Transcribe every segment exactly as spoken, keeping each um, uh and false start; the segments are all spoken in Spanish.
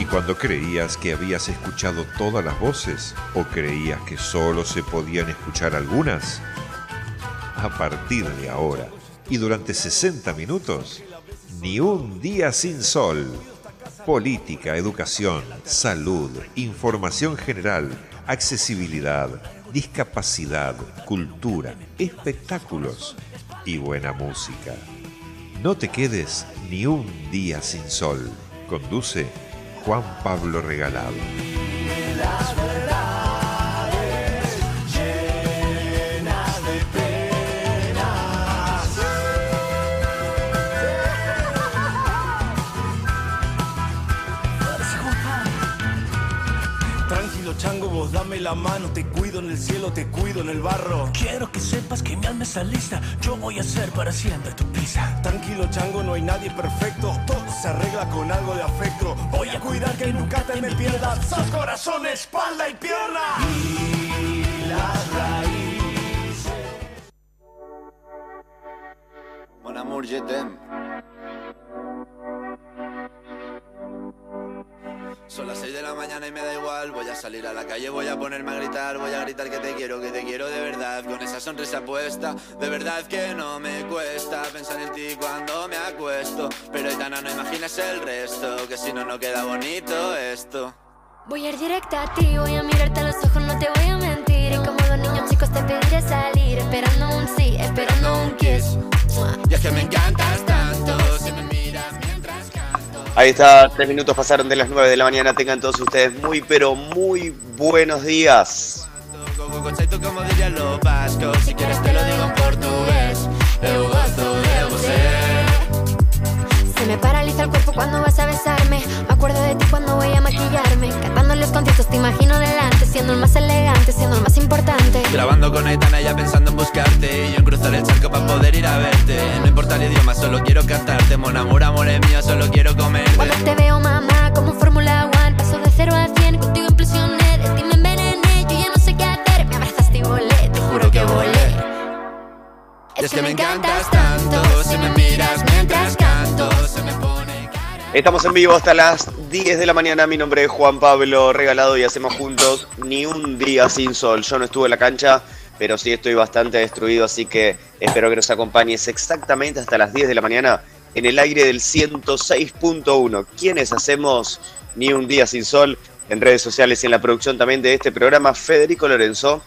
cuando creías que habías escuchado todas las voces o creías que solo se podían escuchar algunas, a partir de ahora y durante sesenta minutos, ni un día sin sol. Política, educación, salud, información general, accesibilidad, discapacidad, cultura, espectáculos y buena música. No te quedes ni un día sin sol. Conduce Juan Pablo Regalado. Chango, vos dame la mano, te cuido en el cielo, te cuido en el barro. Quiero que sepas que mi alma está lista, yo voy a ser para siempre tu pizza. Tranquilo, Chango, no hay nadie perfecto, todo se arregla con algo de afecto. Voy a cuidar que nunca te me pierdas, sos corazón, espalda y pierna. Y las raíces. Mon amour, je t'aime. Son las seis de la mañana y me da igual. Voy a salir a la calle, voy a ponerme a gritar. Voy a gritar que te quiero, que te quiero de verdad. Con esa sonrisa puesta, de verdad que no me cuesta pensar en ti cuando me acuesto. Pero Aitana, no imagines el resto, que si no, no queda bonito esto. Voy a ir directa a ti, voy a mirarte a los ojos, no te voy a mentir. Y como dos niños chicos te pediré salir, esperando un sí, esperando un kiss. Y es que me encantas tanto, si me miras mientras canto. Ahí está, tres minutos pasaron de las nueve de la mañana. Tengan todos ustedes muy, pero muy buenos días. Como dirían los vascos, si quieres te lo digo en portugués. Eu gosto de você. Se me paraliza el cuerpo cuando vas a besarme. Me acuerdo de ti cuando voy a maquillarme. Cantando los conciertos te imagino delante, siendo el más elegante, siendo el más importante. Grabando con Aitana ya pensando en buscarte, y yo en cruzar el charco para poder ir a verte. No importa el idioma, solo quiero cantarte. Mon amour, amor es mío, solo quiero comerte. Cuando te veo, mamá, como Fórmula One, paso de cero a cien, contigo implosioné. De ti me envenené, yo ya no sé qué hacer. Me abrazaste y volé, te juro que volé. Es, es que, que me encantas tanto, si me miras mientras canto, se me pone cara. Estamos en vivo hasta las diez de la mañana. Mi nombre es Juan Pablo Regalado y hacemos juntos Ni un día sin sol. Yo no estuve en la cancha, pero sí estoy bastante destruido, así que espero que nos acompañes exactamente hasta las diez de la mañana en el aire del ciento seis punto uno. ¿Quiénes hacemos Ni un día sin sol? En redes sociales y en la producción también de este programa, Federico Lorenzo.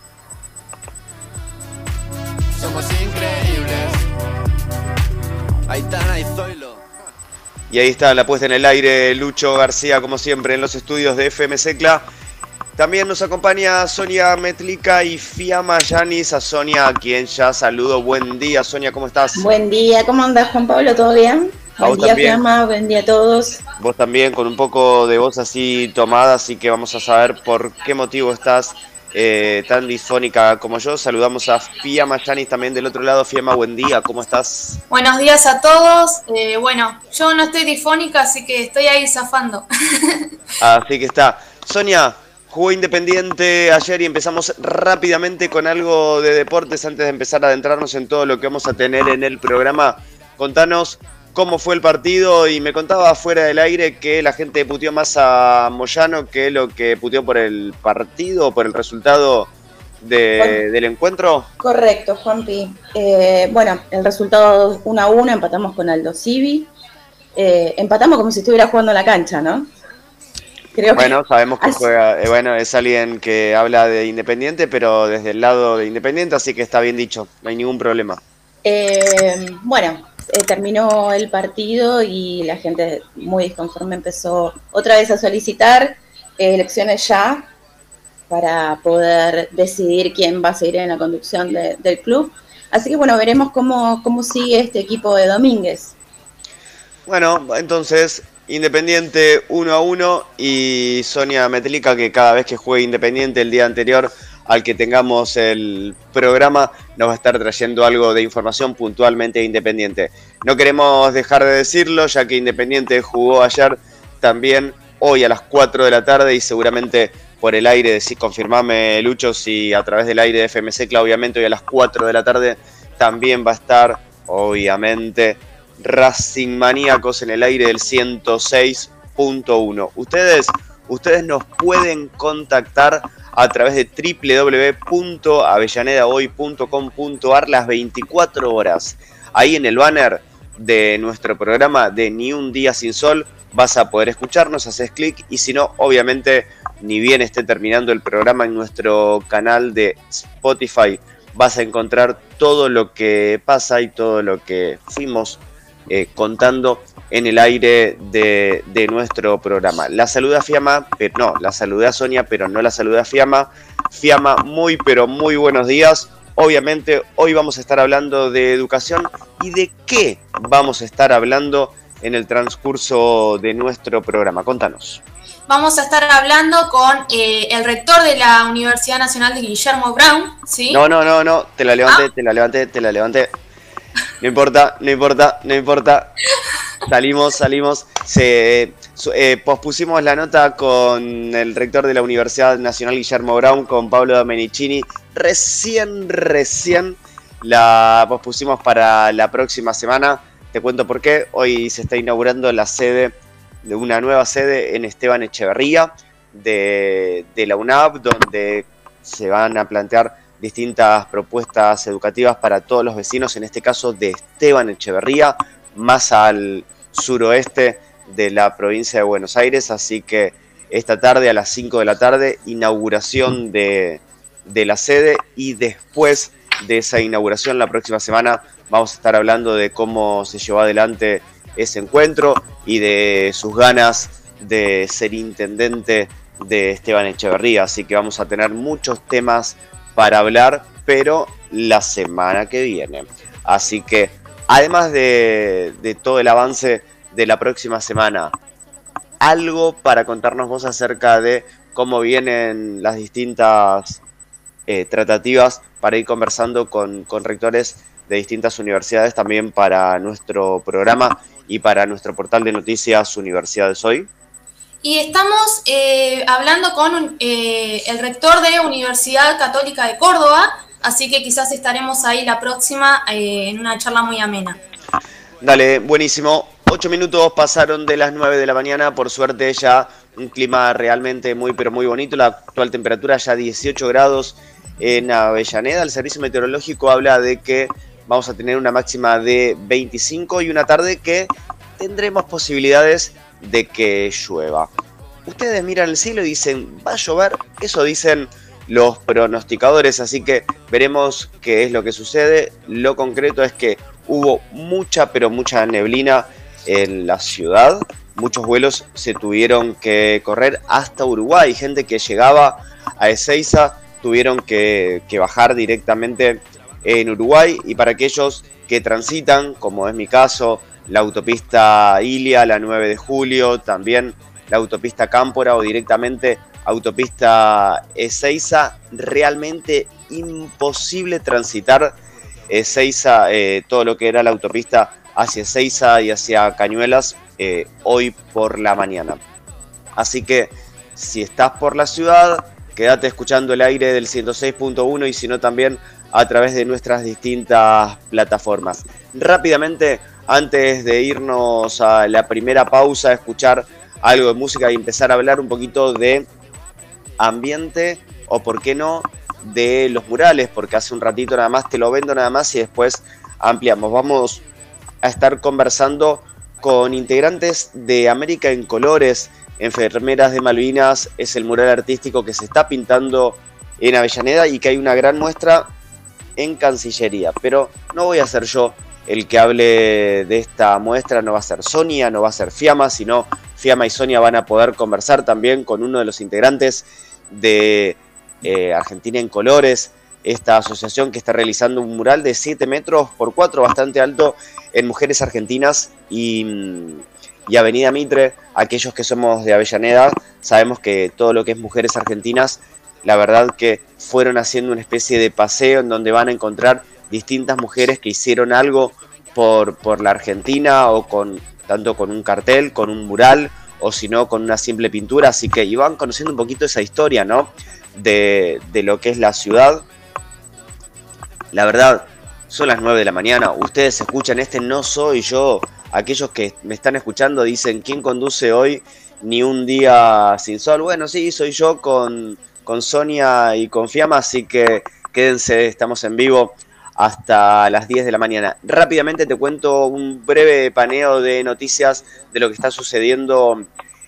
Somos increíbles, Aitana y Zoilo. Y ahí está la puesta en el aire, Lucho García, como siempre, en los estudios de F M Secla. También nos acompaña Sonia Metlica y Fiamma Yanis. A Sonia, a quien ya saludo. Buen día, Sonia, ¿cómo estás? Buen día, ¿cómo andas, Juan Pablo? ¿Todo bien? A Buen día, Fiamma, buen día a todos. Vos también, con un poco de voz así tomada, así que vamos a saber por qué motivo estás eh, tan disfónica como yo. Saludamos a Fiamma Yanis también del otro lado. Fiamma, buen día, ¿cómo estás? Buenos días a todos. Eh, bueno, yo no estoy disfónica, así que estoy ahí zafando. Así que está. Sonia, jugó Independiente ayer y empezamos rápidamente con algo de deportes antes de empezar a adentrarnos en todo lo que vamos a tener en el programa. Contanos cómo fue el partido y me contaba fuera del aire que la gente puteó más a Moyano que lo que puteó por el partido o por el resultado de, del encuentro. Correcto, Juanpi. Eh, bueno, el resultado uno a uno, empatamos con Aldo Civi. Eh, empatamos como si estuviera jugando en la cancha, ¿no? Creo bueno, que sabemos que así... juega, eh, bueno, es alguien que habla de Independiente, pero desde el lado de Independiente, así que está bien dicho, no hay ningún problema. Eh, bueno, eh, terminó el partido y la gente muy disconforme empezó otra vez a solicitar eh, elecciones ya para poder decidir quién va a seguir en la conducción de, del club. Así que bueno, veremos cómo, cómo sigue este equipo de Domínguez. Bueno, entonces Independiente uno a uno y Sonia Metlica, que cada vez que juegue Independiente el día anterior al que tengamos el programa nos va a estar trayendo algo de información puntualmente de Independiente. No queremos dejar de decirlo, ya que Independiente jugó ayer también hoy a las cuatro de la tarde y seguramente por el aire, si confirmame Lucho, si a través del aire de F M C, obviamente hoy a las cuatro de la tarde también va a estar, obviamente, Racing Maníacos en el aire del ciento seis punto uno. Ustedes, ustedes nos pueden contactar a través de doble u doble u doble u punto avellaneda hoy punto com punto ar las veinticuatro horas. Ahí en el banner de nuestro programa de Ni un día sin sol vas a poder escucharnos, haces clic y si no, obviamente, ni bien esté terminando el programa en nuestro canal de Spotify, vas a encontrar todo lo que pasa y todo lo que fuimos eh, contando en el aire de, de nuestro programa. La saludé a Fiamma, pero no, la saludé a Sonia, pero no la saludé a Fiamma. Fiamma, muy pero muy buenos días. Obviamente hoy vamos a estar hablando de educación y de qué vamos a estar hablando en el transcurso de nuestro programa. Contanos. Vamos a estar hablando con eh, el rector de la Universidad Nacional de Guillermo Brown, ¿sí? No, no, no, no, te la levanté, ¿Ah? te la levanté, te la levanté. No importa, no importa, no importa. Salimos, salimos. Se, eh, pospusimos la nota con el rector de la Universidad Nacional Guillermo Brown, con Pablo Domenicini. Recién, recién la pospusimos para la próxima semana. Te cuento por qué. Hoy se está inaugurando la sede, de una nueva sede en Esteban Echeverría de, de la UNAV, donde se van a plantear distintas propuestas educativas para todos los vecinos, en este caso de Esteban Echeverría, más al suroeste de la provincia de Buenos Aires. Así que esta tarde a las cinco de la tarde, inauguración de, de la sede, y después de esa inauguración, la próxima semana, vamos a estar hablando de cómo se llevó adelante ese encuentro y de sus ganas de ser intendente de Esteban Echeverría. Así que vamos a tener muchos temas para hablar, pero la semana que viene. Así que, además de, de todo el avance de la próxima semana, algo para contarnos vos acerca de cómo vienen las distintas eh, tratativas para ir conversando con, con rectores de distintas universidades, también para nuestro programa y para nuestro portal de noticias Universidades Hoy. Y estamos eh, hablando con eh, el rector de Universidad Católica de Córdoba, así que quizás estaremos ahí la próxima eh, en una charla muy amena. Dale, buenísimo. Ocho minutos pasaron de las nueve de la mañana, por suerte ya un clima realmente muy pero muy bonito. La actual temperatura ya dieciocho grados en Avellaneda. El servicio meteorológico habla de que vamos a tener una máxima de veinticinco y una tarde que tendremos posibilidades de que llueva. Ustedes miran el cielo y dicen, ¿va a llover? Eso dicen los pronosticadores, así que veremos qué es lo que sucede. Lo concreto es que hubo mucha, pero mucha neblina en la ciudad. Muchos vuelos se tuvieron que correr hasta Uruguay. Gente que llegaba a Ezeiza tuvieron que, que bajar directamente en Uruguay. Y para aquellos que transitan, como es mi caso, la autopista Ilia, la nueve de julio, también la autopista Cámpora o directamente autopista Ezeiza, realmente imposible transitar Ezeiza, eh, todo lo que era la autopista hacia Ezeiza y hacia Cañuelas eh, hoy por la mañana. Así que si estás por la ciudad, quédate escuchando el aire del ciento seis punto uno y si no también a través de nuestras distintas plataformas. Rápidamente, antes de irnos a la primera pausa, a escuchar algo de música y empezar a hablar un poquito de ambiente o, por qué no, de los murales, porque hace un ratito nada más te lo vendo nada más y después ampliamos. Vamos a estar conversando con integrantes de América en Colores, Enfermeras de Malvinas. Es el mural artístico que se está pintando en Avellaneda y que hay una gran muestra en Cancillería, pero no voy a ser yo el que hable de esta muestra, no va a ser Sonia, no va a ser Fiamma, sino Fiamma y Sonia van a poder conversar también con uno de los integrantes de eh, Argentina en Colores, esta asociación que está realizando un mural de siete metros por cuatro, bastante alto, en mujeres argentinas y, y Avenida Mitre. Aquellos que somos de Avellaneda sabemos que todo lo que es mujeres argentinas, la verdad que fueron haciendo una especie de paseo en donde van a encontrar distintas mujeres que hicieron algo por, por la Argentina, o con tanto con un cartel, con un mural, o si no con una simple pintura. Así que iban conociendo un poquito esa historia, ¿no? De, de lo que es la ciudad. La verdad, son las nueve de la mañana, ustedes escuchan este No Soy Yo. Aquellos que me están escuchando dicen, ¿quién conduce hoy Ni un día sin sol. Bueno, sí, soy yo con, con Sonia y con Fiamma, así que quédense, estamos en vivo hasta las diez de la mañana. Rápidamente te cuento un breve paneo de noticias de lo que está sucediendo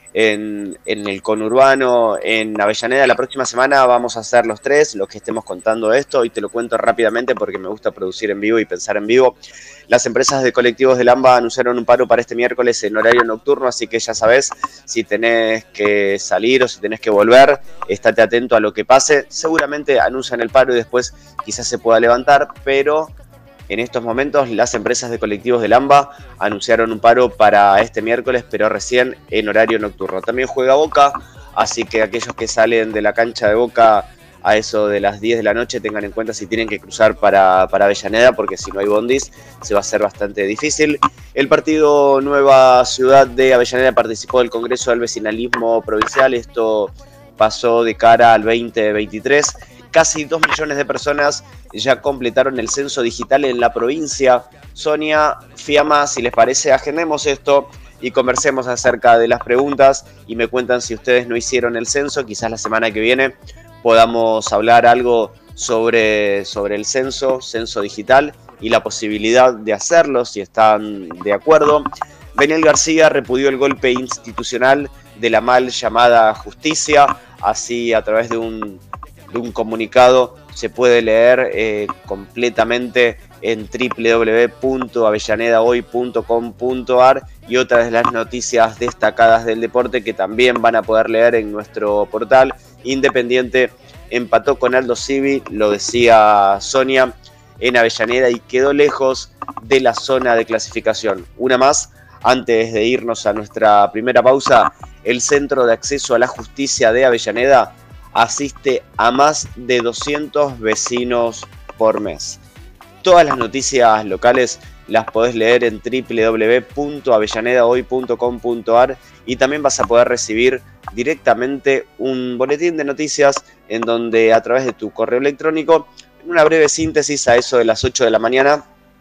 en, en el conurbano, en Avellaneda. La próxima semana vamos a hacer los tres, los que estemos contando esto, y te lo cuento rápidamente porque me gusta producir en vivo y pensar en vivo. Las empresas de colectivos del AMBA anunciaron un paro para este miércoles en horario nocturno, así que ya sabés, si tenés que salir o si tenés que volver, estate atento a lo que pase. Seguramente anuncian el paro y después quizás se pueda levantar, pero en estos momentos las empresas de colectivos del AMBA anunciaron un paro para este miércoles, pero recién en horario nocturno. También juega Boca, así que aquellos que salen de la cancha de Boca a eso de las diez de la noche tengan en cuenta si tienen que cruzar para, para Avellaneda, porque si no hay bondis se va a hacer bastante difícil. El partido Nueva Ciudad de Avellaneda participó del Congreso del Vecinalismo Provincial. Esto pasó de cara al veinte veintitrés. Casi dos millones de personas ya completaron el censo digital en la provincia. Sonia, Fiamma, si les parece, agendemos esto y conversemos acerca de las preguntas y me cuentan si ustedes no hicieron el censo. Quizás la semana que viene podamos hablar algo sobre, sobre el censo, censo digital y la posibilidad de hacerlo, si están de acuerdo. Beniel García repudió el golpe institucional de la mal llamada justicia, así a través de un, de un comunicado se puede leer eh, completamente en doble u doble u doble u punto avellaneda hoy punto com punto a r y otras de las noticias destacadas del deporte que también van a poder leer en nuestro portal. Independiente empató con Aldo Civi, lo decía Sonia, en Avellaneda y quedó lejos de la zona de clasificación. Una más, antes de irnos a nuestra primera pausa, el Centro de Acceso a la Justicia de Avellaneda asiste a más de doscientos vecinos por mes. Todas las noticias locales las podés leer en doble u doble u doble u punto avellaneda hoy punto com punto a r y también vas a poder recibir directamente un boletín de noticias en donde a través de tu correo electrónico, en una breve síntesis a eso de las ocho de la mañana,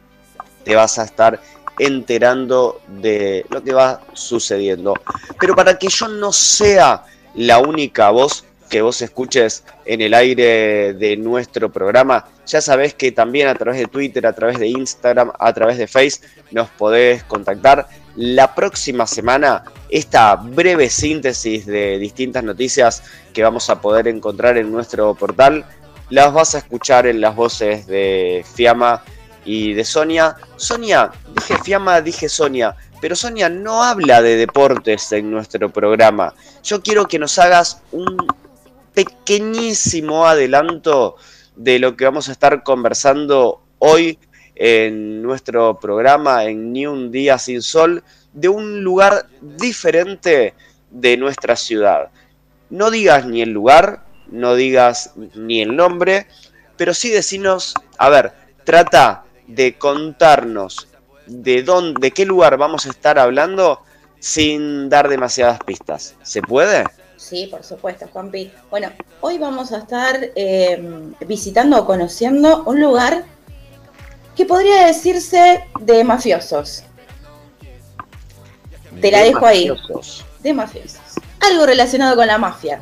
te vas a estar enterando de lo que va sucediendo. Pero para que yo no sea la única voz que vos escuches en el aire de nuestro programa, ya sabés que también a través de Twitter, a través de Instagram, a través de Facebook nos podés contactar. La próxima semana, esta breve síntesis de distintas noticias que vamos a poder encontrar en nuestro portal, las vas a escuchar en las voces de Fiamma y de Sonia. Sonia, dije Fiamma, dije Sonia, pero Sonia no habla de deportes en nuestro programa. Yo quiero que nos hagas un pequeñísimo adelanto de lo que vamos a estar conversando hoy en nuestro programa, en Ni un Día Sin Sol, de un lugar diferente de nuestra ciudad. No digas ni el lugar, no digas ni el nombre, pero sí decinos, a ver, trata de contarnos de dónde, de qué lugar vamos a estar hablando sin dar demasiadas pistas. ¿Se puede? Sí, por supuesto, Juanpi. Bueno, hoy vamos a estar eh, visitando o conociendo un lugar que podría decirse de mafiosos. Te la dejo ahí. De mafiosos. Algo relacionado con la mafia.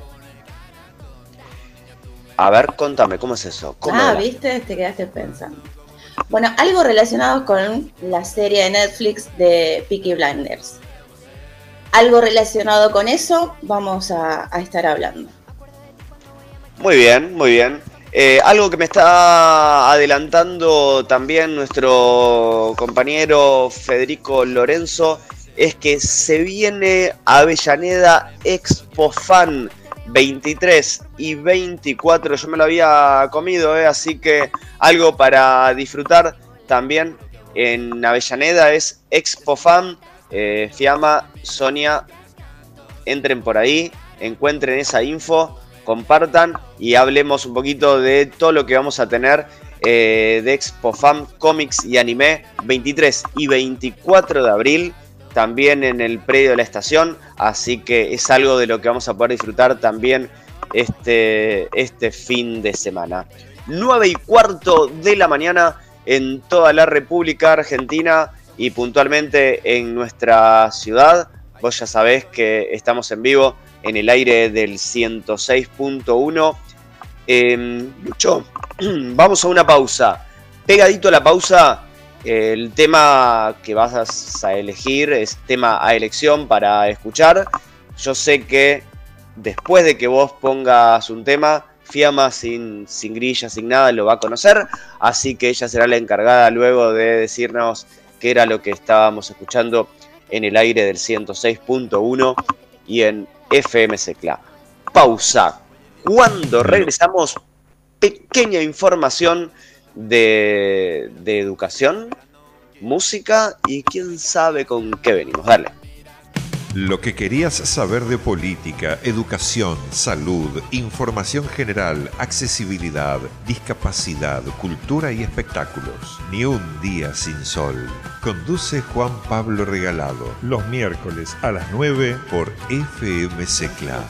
A ver, contame, ¿cómo es eso? ¿Cómo ah, era? ¿viste? Te quedaste pensando. Bueno, algo relacionado con la serie de Netflix de Peaky Blinders. Algo relacionado con eso vamos a, a estar hablando. Muy bien, muy bien. Eh, algo que me está adelantando también nuestro compañero Federico Lorenzo es que se viene Avellaneda Expo Fan veintitrés y veinticuatro. Yo me lo había comido, eh, así que algo para disfrutar también en Avellaneda es Expo Fan. Eh, Fiamma, Sonia, entren por ahí, encuentren esa info, compartan y hablemos un poquito de todo lo que vamos a tener eh, de Expo Fan Cómics y Anime veintitrés y veinticuatro de abril, también en el predio de la estación, así que es algo de lo que vamos a poder disfrutar también este, este fin de semana. nueve y cuarto de la mañana en toda la República Argentina y puntualmente en nuestra ciudad. vos ya sabés que estamos en vivo en el aire del ciento seis punto uno. Eh, Lucho, vamos a una pausa. Pegadito a la pausa, eh, el tema que vas a elegir es tema a elección para escuchar. Yo sé que después de que vos pongas un tema, Fiamma sin, sin grilla, sin nada, lo va a conocer, así que ella será la encargada luego de decirnos qué era lo que estábamos escuchando en el aire del ciento seis punto uno y en F M Secla. Pausa. Cuando regresamos, pequeña información de, de educación, música y quién sabe con qué venimos. Dale. Lo que querías saber de política, educación, salud, información general, accesibilidad, discapacidad, cultura y espectáculos. Ni un día sin sol. Conduce Juan Pablo Regalado. Los miércoles a las nueve por F M Secla.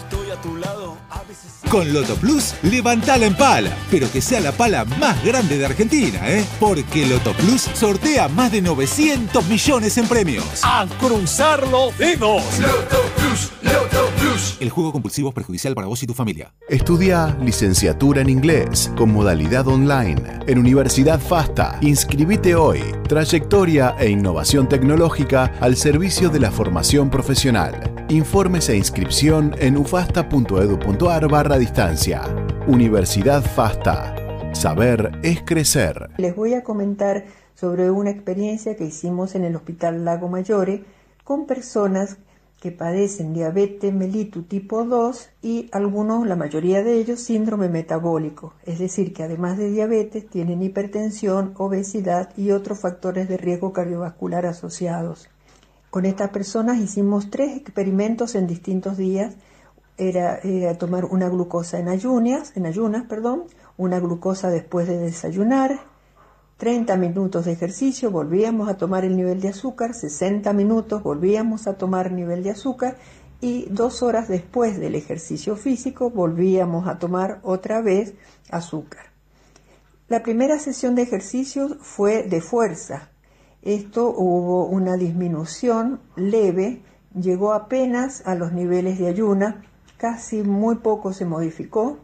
Con Loto Plus, levantala en pala, pero que sea la pala más grande de Argentina, ¿eh? Porque Loto Plus sortea más de novecientos millones en premios. ¡A cruzar los dedos! Loto Plus, Loto Plus. El juego compulsivo es perjudicial para vos y tu familia. Estudia licenciatura en inglés con modalidad online en Universidad FASTA. Inscribite hoy. Trayectoria e innovación tecnológica al servicio de la formación profesional. Informes e inscripción en ufasta.edu.ar barra distancia. Universidad FASTA. Saber es crecer. Les voy a comentar sobre una experiencia que hicimos en el Hospital Lago Maggiore con personas que padecen diabetes mellitus tipo dos y algunos, la mayoría de ellos, síndrome metabólico. Es decir, que además de diabetes tienen hipertensión, obesidad y otros factores de riesgo cardiovascular asociados. Con estas personas hicimos tres experimentos en distintos días. Era, era tomar una glucosa en ayunas, en ayunas, perdón, una glucosa después de desayunar, treinta minutos de ejercicio, volvíamos a tomar el nivel de azúcar, sesenta minutos, volvíamos a tomar nivel de azúcar y dos horas después del ejercicio físico volvíamos a tomar otra vez azúcar. La primera sesión de ejercicio fue de fuerza. Esto hubo una disminución leve, llegó apenas a los niveles de ayuna, casi muy poco se modificó.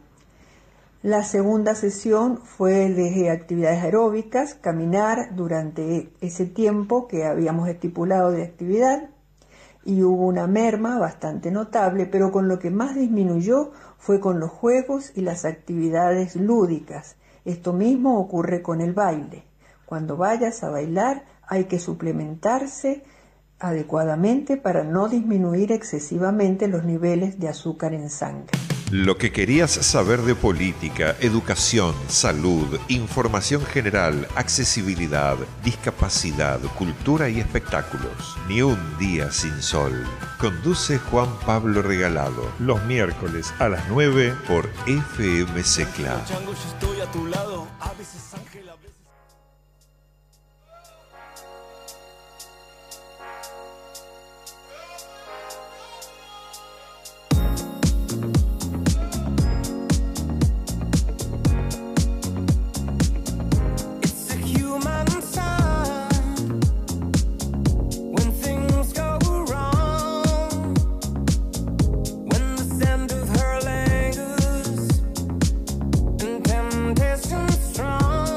La segunda sesión fue de actividades aeróbicas, caminar durante ese tiempo que habíamos estipulado de actividad y hubo una merma bastante notable, pero con lo que más disminuyó fue con los juegos y las actividades lúdicas. Esto mismo ocurre con el baile. Cuando vayas a bailar hay que suplementarse adecuadamente para no disminuir excesivamente los niveles de azúcar en sangre. Lo que querías saber de política, educación, salud, información general, accesibilidad, discapacidad, cultura y espectáculos. Ni un día sin sol. Conduce Juan Pablo Regalado. Los miércoles a las nueve por F M Secla. Strong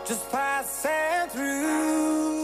just passing through.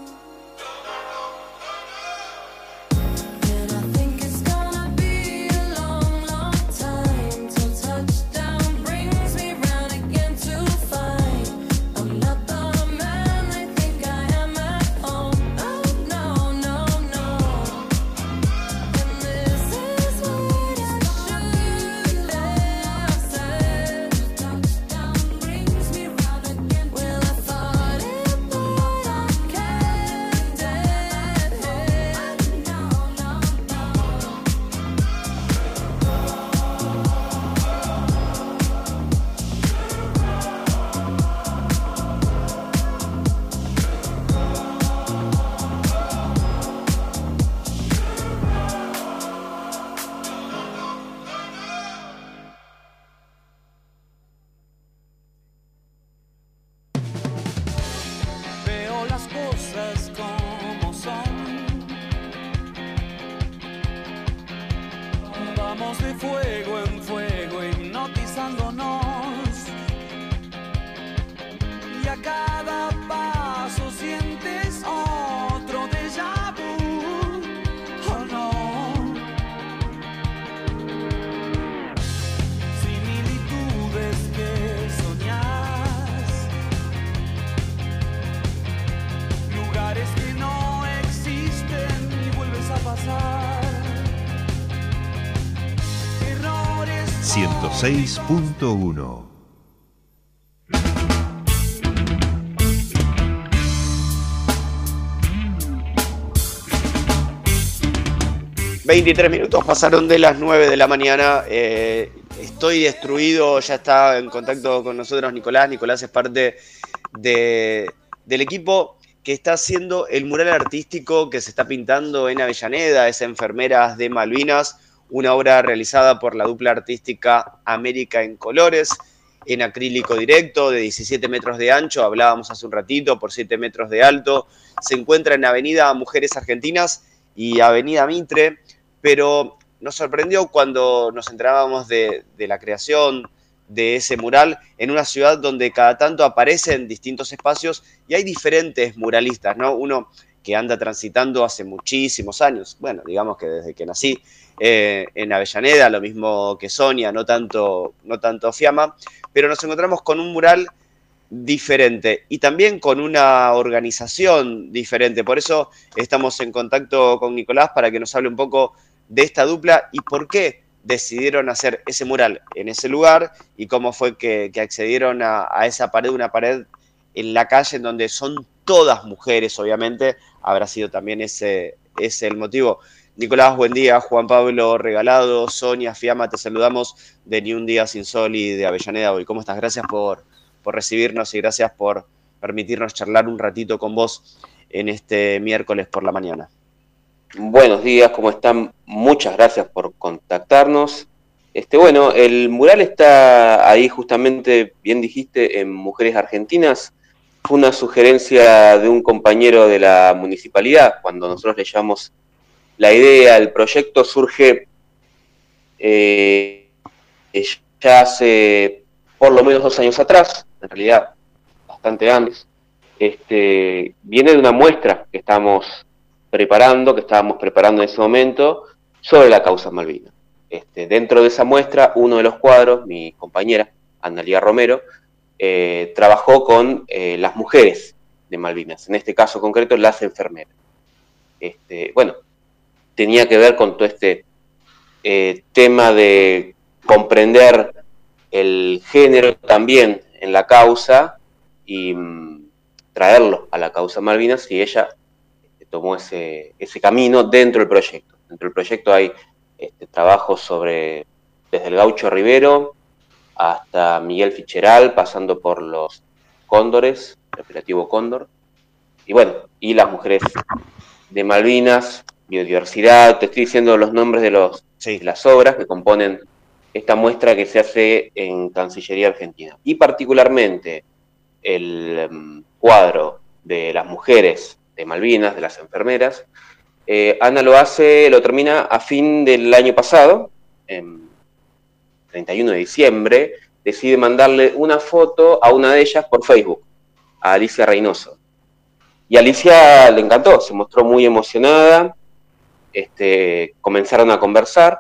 De fuego en fuego, hipnotizándonos, y a cada paso sientes otro déjà vu, oh no. Similitudes que soñás, lugares que no existen y vuelves a pasar. ciento seis punto uno. veintitrés minutos pasaron de las nueve de la mañana. Eh, estoy destruido, ya está en contacto con nosotros Nicolás. Nicolás es parte de, del equipo que está haciendo el mural artístico que se está pintando en Avellaneda, es Enfermeras de Malvinas, una obra realizada por la dupla artística América en Colores, en acrílico directo, de diecisiete metros de ancho, hablábamos hace un ratito, por siete metros de alto. Se encuentra en Avenida Mujeres Argentinas y Avenida Mitre, pero nos sorprendió cuando nos enterábamos de, de la creación de ese mural en una ciudad donde cada tanto aparecen distintos espacios y hay diferentes muralistas, ¿no? Uno que anda transitando hace muchísimos años, bueno, digamos que desde que nací, Eh, en Avellaneda, lo mismo que Sonia, no tanto, no tanto Fiamma, pero nos encontramos con un mural diferente y también con una organización diferente. Por eso estamos en contacto con Nicolás para que nos hable un poco de esta dupla y por qué decidieron hacer ese mural en ese lugar y cómo fue que, que accedieron a, a esa pared, una pared en la calle en donde son todas mujeres, obviamente, habrá sido también ese, ese el motivo. Nicolás, buen día. Juan Pablo Regalado, Sonia, Fiamma, te saludamos de Ni un Día Sin Sol y de Avellaneda hoy. ¿Cómo estás? Gracias por, por recibirnos y gracias por permitirnos charlar un ratito con vos en este miércoles por la mañana. Buenos días, ¿cómo están? Muchas gracias por contactarnos. Este, bueno, el mural está ahí justamente, bien dijiste, en Mujeres Argentinas. Fue una sugerencia de un compañero de la municipalidad. Cuando nosotros le llamamos la idea, el proyecto surge eh, ya hace por lo menos dos años atrás, en realidad bastante antes. Este, viene de una muestra que estamos preparando, que estábamos preparando en ese momento, sobre la causa Malvinas. Este, dentro de esa muestra, uno de los cuadros, mi compañera, Analía Romero, eh, trabajó con eh, las mujeres de Malvinas, en este caso concreto, las enfermeras. Este, bueno, tenía que ver con todo este eh, tema de comprender el género también en la causa y mmm, traerlo a la causa Malvinas, y ella este, tomó ese, ese camino dentro del proyecto. Dentro del proyecto hay este, trabajos sobre, desde el Gaucho Rivero hasta Miguel Ficheral, pasando por los Cóndores, el operativo Cóndor, y bueno, y las mujeres de Malvinas, biodiversidad. Te estoy diciendo los nombres de, los, sí. de las obras que componen esta muestra que se hace en Cancillería Argentina. Y particularmente el um, cuadro de las mujeres de Malvinas, de las enfermeras, eh, Ana lo hace, lo termina a fin del año pasado, en treinta y uno de diciembre, decide mandarle una foto a una de ellas por Facebook, a Alicia Reynoso. Y a Alicia le encantó, se mostró muy emocionada, este, comenzaron a conversar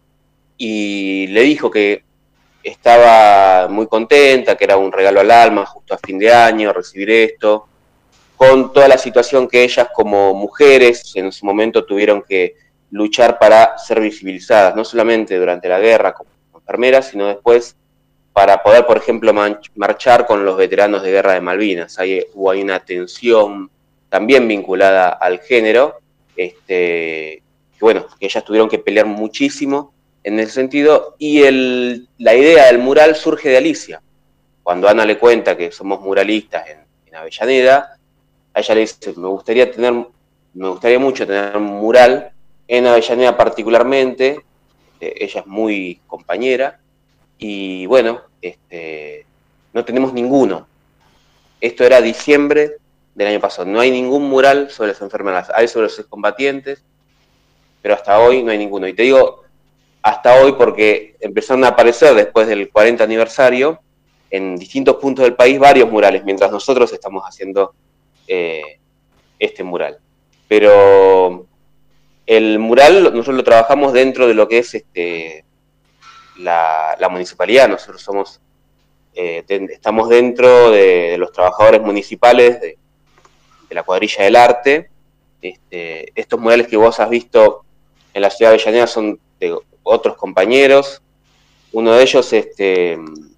y le dijo que estaba muy contenta, que era un regalo al alma justo a fin de año recibir esto, con toda la situación que ellas como mujeres en su momento tuvieron que luchar para ser visibilizadas, no solamente durante la guerra como enfermeras, sino después para poder, por ejemplo, marchar con los veteranos de guerra de Malvinas. Ahí hubo ahí una tensión también vinculada al género, este, que bueno, que ellas tuvieron que pelear muchísimo en ese sentido, y el, la idea del mural surge de Alicia. Cuando Ana le cuenta que somos muralistas en, en Avellaneda, a ella le dice, me gustaría tener, me gustaría mucho tener un mural en Avellaneda particularmente, eh, ella es muy compañera, y bueno, este, no tenemos ninguno. Esto era diciembre del año pasado. No hay ningún mural sobre las enfermeras. Hay sobre los excombatientes, pero hasta hoy no hay ninguno. Y te digo, hasta hoy porque empezaron a aparecer después del cuarenta aniversario en distintos puntos del país varios murales, mientras nosotros estamos haciendo eh, este mural. Pero el mural nosotros lo trabajamos dentro de lo que es este... La, la municipalidad. Nosotros somos, eh, ten, estamos dentro de, de los trabajadores municipales de, de la cuadrilla del arte. Este, estos murales que vos has visto en la ciudad de Avellaneda son de otros compañeros. Uno de ellos este,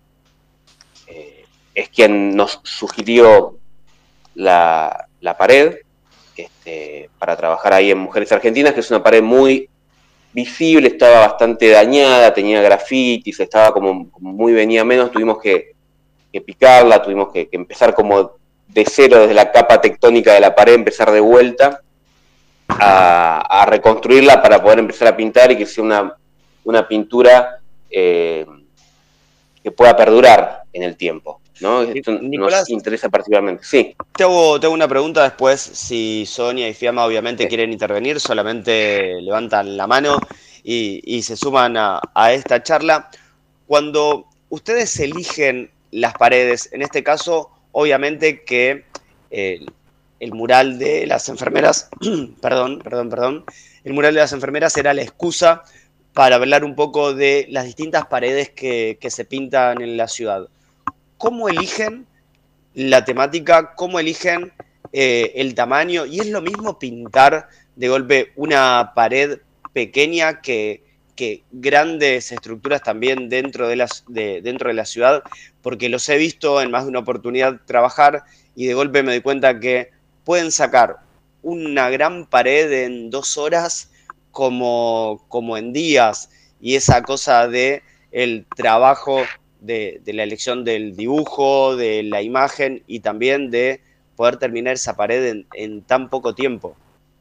eh, es quien nos sugirió la, la pared este, para trabajar ahí en Mujeres Argentinas, que es una pared muy visible, estaba bastante dañada, tenía grafitis, estaba como, como muy venía menos, tuvimos que, que picarla, tuvimos que, que empezar como de cero desde la capa tectónica de la pared, empezar de vuelta a, a reconstruirla para poder empezar a pintar y que sea una, una pintura eh, que pueda perdurar en el tiempo, ¿no? Esto Nicolás, nos interesa particularmente. Sí. Te hago, te hago una pregunta después. Si Sonia y Fiamma obviamente sí. quieren intervenir, solamente levantan la mano y, y se suman a, a esta charla. Cuando ustedes eligen las paredes, en este caso, obviamente que eh, el mural de las enfermeras, perdón, perdón, perdón, el mural de las enfermeras era la excusa para hablar un poco de las distintas paredes que, que se pintan en la ciudad. ¿Cómo eligen la temática? ¿Cómo eligen eh, el tamaño? Y es lo mismo pintar de golpe una pared pequeña que, que grandes estructuras también dentro de, las, de, dentro de la ciudad, porque los he visto en más de una oportunidad trabajar y de golpe me doy cuenta que pueden sacar una gran pared en dos horas como, como en días, y esa cosa de el trabajo de, de la elección del dibujo, de la imagen y también de poder terminar esa pared en, en tan poco tiempo.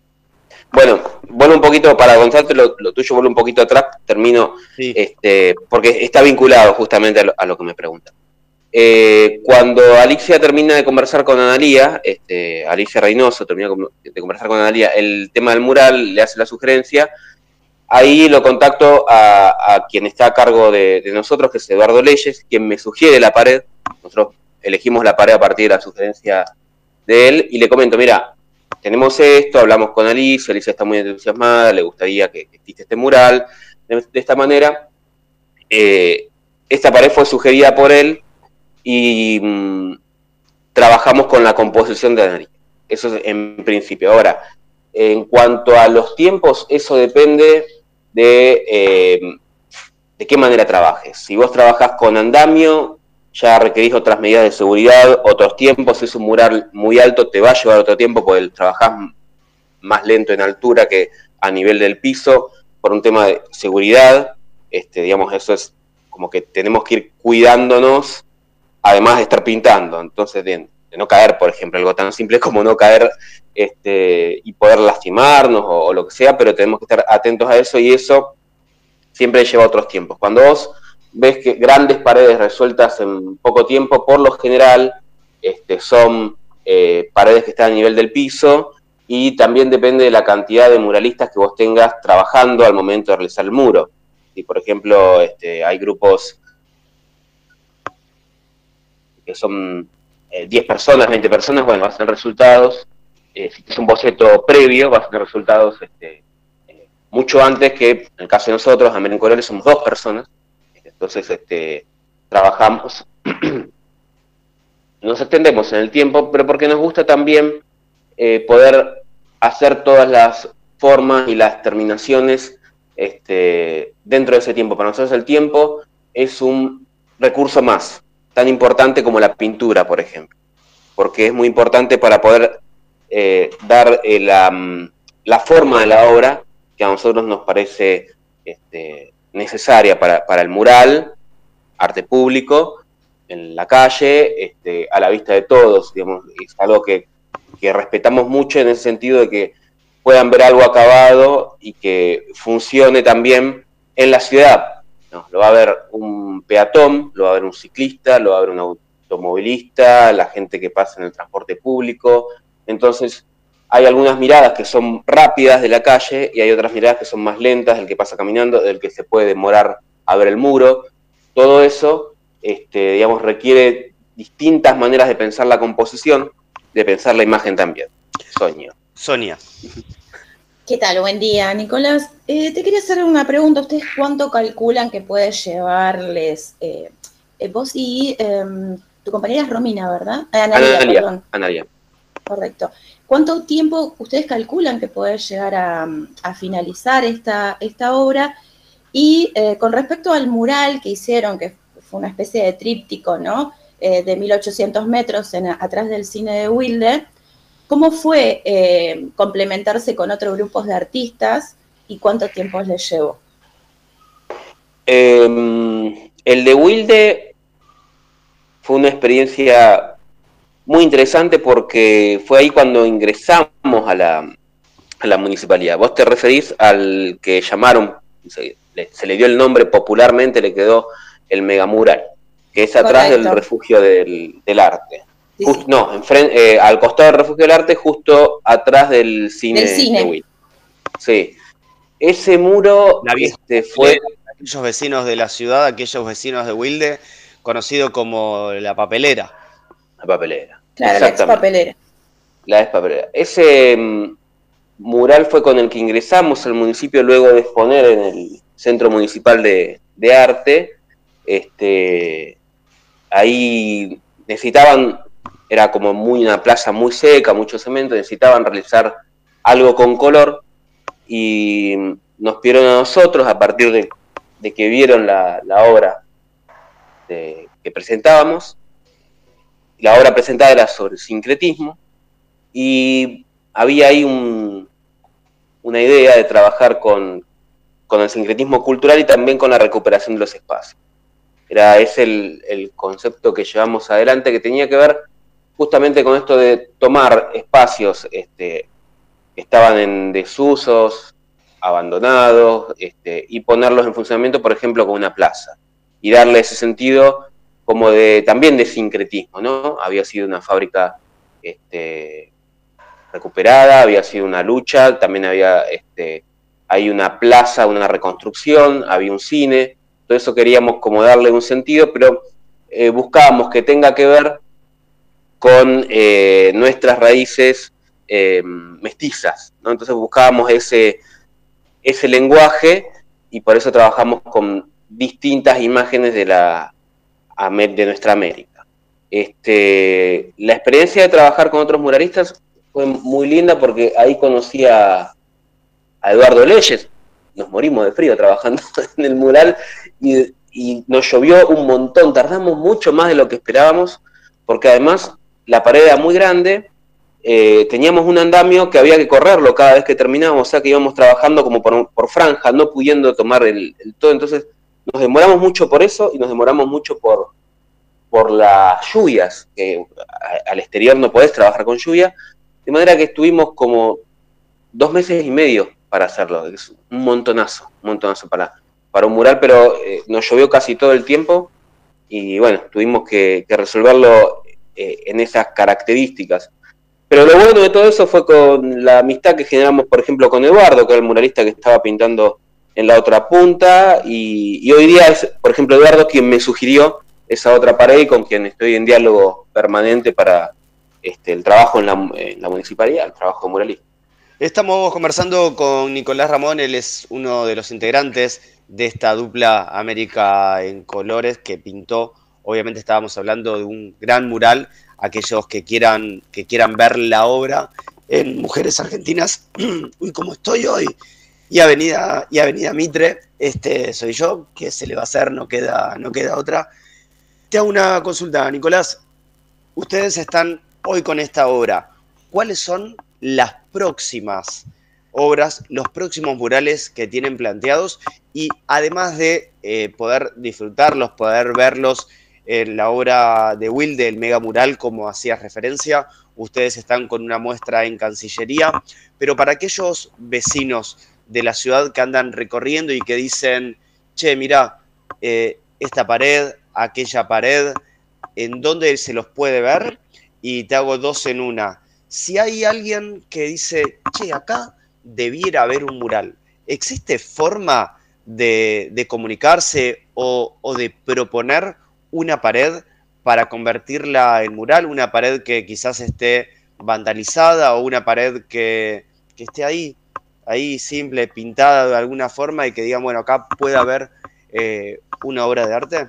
Bueno, vuelvo un poquito, para contarte lo, lo tuyo, vuelvo un poquito atrás, termino, sí. este, porque está vinculado justamente a lo, a lo que me preguntan. Eh, cuando Alicia termina de conversar con Analía, este, Alicia Reynoso termina de conversar con Analía, el tema del mural, le hace la sugerencia, ahí lo contacto a, a quien está a cargo de, de nosotros, que es Eduardo Leyes, quien me sugiere la pared. Nosotros elegimos la pared a partir de la sugerencia de él, y le comento, mira, tenemos esto, hablamos con Alicia, Alicia está muy entusiasmada, le gustaría que, que exista este mural, de, de esta manera. Eh, esta pared fue sugerida por él, y mmm, trabajamos con la composición de Analía. Eso es en principio. Ahora, en cuanto a los tiempos, eso depende de, eh, de qué manera trabajes. Si vos trabajás con andamio, ya requerís otras medidas de seguridad, otros tiempos. Si es un mural muy alto, te va a llevar otro tiempo, porque trabajás más lento en altura que a nivel del piso, por un tema de seguridad. Este, digamos, eso es como que tenemos que ir cuidándonos, además de estar pintando. Entonces, de, de no caer, por ejemplo, algo tan simple como no caer este, y poder lastimarnos o, o lo que sea, pero tenemos que estar atentos a eso, y eso siempre lleva otros tiempos. Cuando vos ves que grandes paredes resueltas en poco tiempo, por lo general este, son eh, paredes que están a nivel del piso, y también depende de la cantidad de muralistas que vos tengas trabajando al momento de realizar el muro. Si, por ejemplo, este, hay grupos que son eh, diez personas, veinte personas, bueno, vas a tener resultados, eh, si es un boceto previo, vas a tener resultados este, eh, mucho antes que, en el caso de nosotros, Ameren Colores, somos dos personas, entonces este, trabajamos, nos extendemos en el tiempo, pero porque nos gusta también eh, poder hacer todas las formas y las terminaciones este, dentro de ese tiempo. Para nosotros el tiempo es un recurso más, tan importante como la pintura, por ejemplo, porque es muy importante para poder eh, dar eh, la, la forma de la obra que a nosotros nos parece este, necesaria para, para el mural, arte público, en la calle, este, a la vista de todos, digamos, es algo que, que respetamos mucho en ese sentido de que puedan ver algo acabado y que funcione también en la ciudad. ¿No? Lo va a ver un peatón, lo va a ver un ciclista, lo va a ver un automovilista, la gente que pasa en el transporte público. Entonces, hay algunas miradas que son rápidas de la calle y hay otras miradas que son más lentas, del que pasa caminando, del que se puede demorar a ver el muro. Todo eso, este, digamos, requiere distintas maneras de pensar la composición, de pensar la imagen también. Sonia. Sonia. ¿Qué tal? Buen día, Nicolás. Eh, te quería hacer una pregunta. ¿Ustedes cuánto calculan que puede llevarles eh, eh, vos y eh, tu compañera es Romina, ¿verdad? Eh, Analia, Analia, perdón. Analia. Correcto. ¿Cuánto tiempo ustedes calculan que puede llegar a, a finalizar esta, esta obra? Y eh, con respecto al mural que hicieron, que fue una especie de tríptico, ¿no? Eh, de mil ochocientos metros en, atrás del cine de Wilde, ¿cómo fue eh, complementarse con otros grupos de artistas y cuánto tiempo les llevó? Eh, el de Wilde fue una experiencia muy interesante porque fue ahí cuando ingresamos a la, a la municipalidad. Vos te referís al que llamaron, se le, se le dio el nombre popularmente, le quedó el megamural, que es atrás Correcto. del refugio del, del arte. Sí, Just, sí. No, enfrente, eh, al costado del refugio del arte, justo atrás del cine, del cine. de Wilde. Sí. Ese muro este, fue... Aquellos vecinos de la ciudad, aquellos vecinos de Wilde, conocido como la papelera. La papelera. Claro, la ex papelera. La ex papelera. Ese um, mural fue con el que ingresamos al municipio luego de exponer en el Centro Municipal de, de Arte. Este, ahí necesitaban... Era como muy una plaza muy seca, mucho cemento, necesitaban realizar algo con color y nos pidieron a nosotros, a partir de, de que vieron la, la obra de, que presentábamos. La obra presentada era sobre sincretismo y había ahí un, una idea de trabajar con, con el sincretismo cultural y también con la recuperación de los espacios. Era ese el, el concepto que llevamos adelante, que tenía que ver justamente con esto de tomar espacios este, que estaban en desusos, abandonados, este, y ponerlos en funcionamiento, por ejemplo, con una plaza, y darle ese sentido como de también de sincretismo, ¿no? Había sido una fábrica este, recuperada, había sido una lucha, también había este, hay una plaza, una reconstrucción, había un cine, todo eso queríamos como darle un sentido, pero eh, buscábamos que tenga que ver con eh, nuestras raíces eh, mestizas, ¿no? Entonces buscábamos ese, ese lenguaje y por eso trabajamos con distintas imágenes de, la, de nuestra América. Este, la experiencia de trabajar con otros muralistas fue muy linda porque ahí conocí a, a Eduardo Leyes, nos morimos de frío trabajando en el mural y, y nos llovió un montón, tardamos mucho más de lo que esperábamos porque además la pared era muy grande, eh, teníamos un andamio que había que correrlo cada vez que terminábamos, o sea que íbamos trabajando como por, por franja, no pudiendo tomar el, el todo, entonces nos demoramos mucho por eso y nos demoramos mucho por, por las lluvias, que a, al exterior no podés trabajar con lluvia, de manera que estuvimos como dos meses y medio para hacerlo, es un montonazo, un montonazo para, para un mural, pero eh, nos llovió casi todo el tiempo y bueno, tuvimos que, que resolverlo Eh, en esas características. Pero lo bueno de todo eso fue con la amistad que generamos, por ejemplo, con Eduardo, que era el muralista que estaba pintando en la otra punta, y, y hoy día es, por ejemplo, Eduardo quien me sugirió esa otra pared y con quien estoy en diálogo permanente para este, el trabajo en la, en la municipalidad, el trabajo muralista. Estamos conversando con Nicolás Ramón, él es uno de los integrantes de esta dupla América en Colores que pintó, obviamente estábamos hablando de un gran mural, aquellos que quieran, que quieran ver la obra en Mujeres Argentinas, uy, ¿cómo estoy hoy? Y Avenida, y Avenida Mitre, este soy yo, ¿qué se le va a hacer? No queda, no queda otra. Te hago una consulta, Nicolás, ustedes están hoy con esta obra, ¿cuáles son las próximas obras, los próximos murales que tienen planteados? Y además de eh, poder disfrutarlos, poder verlos en la obra de Wilde, el mega mural, como hacías referencia, ustedes están con una muestra en Cancillería, pero para aquellos vecinos de la ciudad que andan recorriendo y que dicen, che, mirá, eh, esta pared, aquella pared, ¿en dónde se los puede ver? Y te hago dos en una. Si hay alguien que dice, che, acá debiera haber un mural, ¿existe forma de, de comunicarse o, o de proponer una pared para convertirla en mural? Una pared que quizás esté vandalizada o una pared que, que esté ahí, ahí simple, pintada de alguna forma y que digan, bueno, acá puede haber eh, una obra de arte.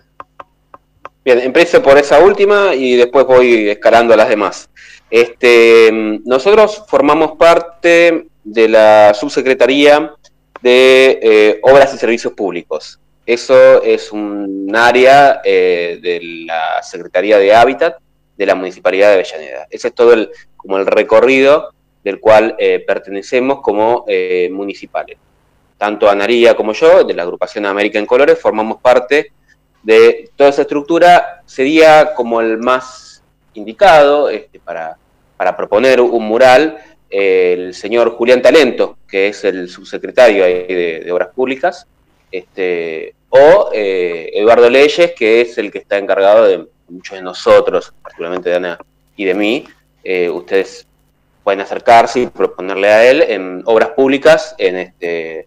Bien, empiezo por esa última y después voy escalando a las demás. Este, nosotros formamos parte de la subsecretaría de eh, Obras y Servicios Públicos. Eso es un área eh, de la Secretaría de Hábitat de la Municipalidad de Avellaneda. Ese es todo el, como el recorrido del cual eh, pertenecemos como eh, municipales. Tanto Anaría como yo, de la agrupación América en Colores, formamos parte de toda esa estructura. Sería como el más indicado este, para, para proponer un mural eh, el señor Julián Talento, que es el subsecretario ahí de, de Obras Públicas, este, o eh, Eduardo Leyes, que es el que está encargado de muchos de nosotros, particularmente de Ana y de mí. Eh, ustedes pueden acercarse y proponerle a él en obras públicas en, este,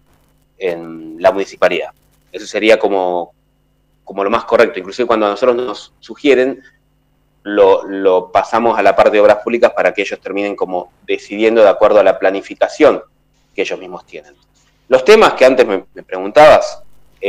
en la municipalidad. Eso sería como, como lo más correcto. Inclusive cuando a nosotros nos sugieren, lo, lo pasamos a la parte de obras públicas para que ellos terminen como decidiendo de acuerdo a la planificación que ellos mismos tienen. Los temas que antes me, me preguntabas,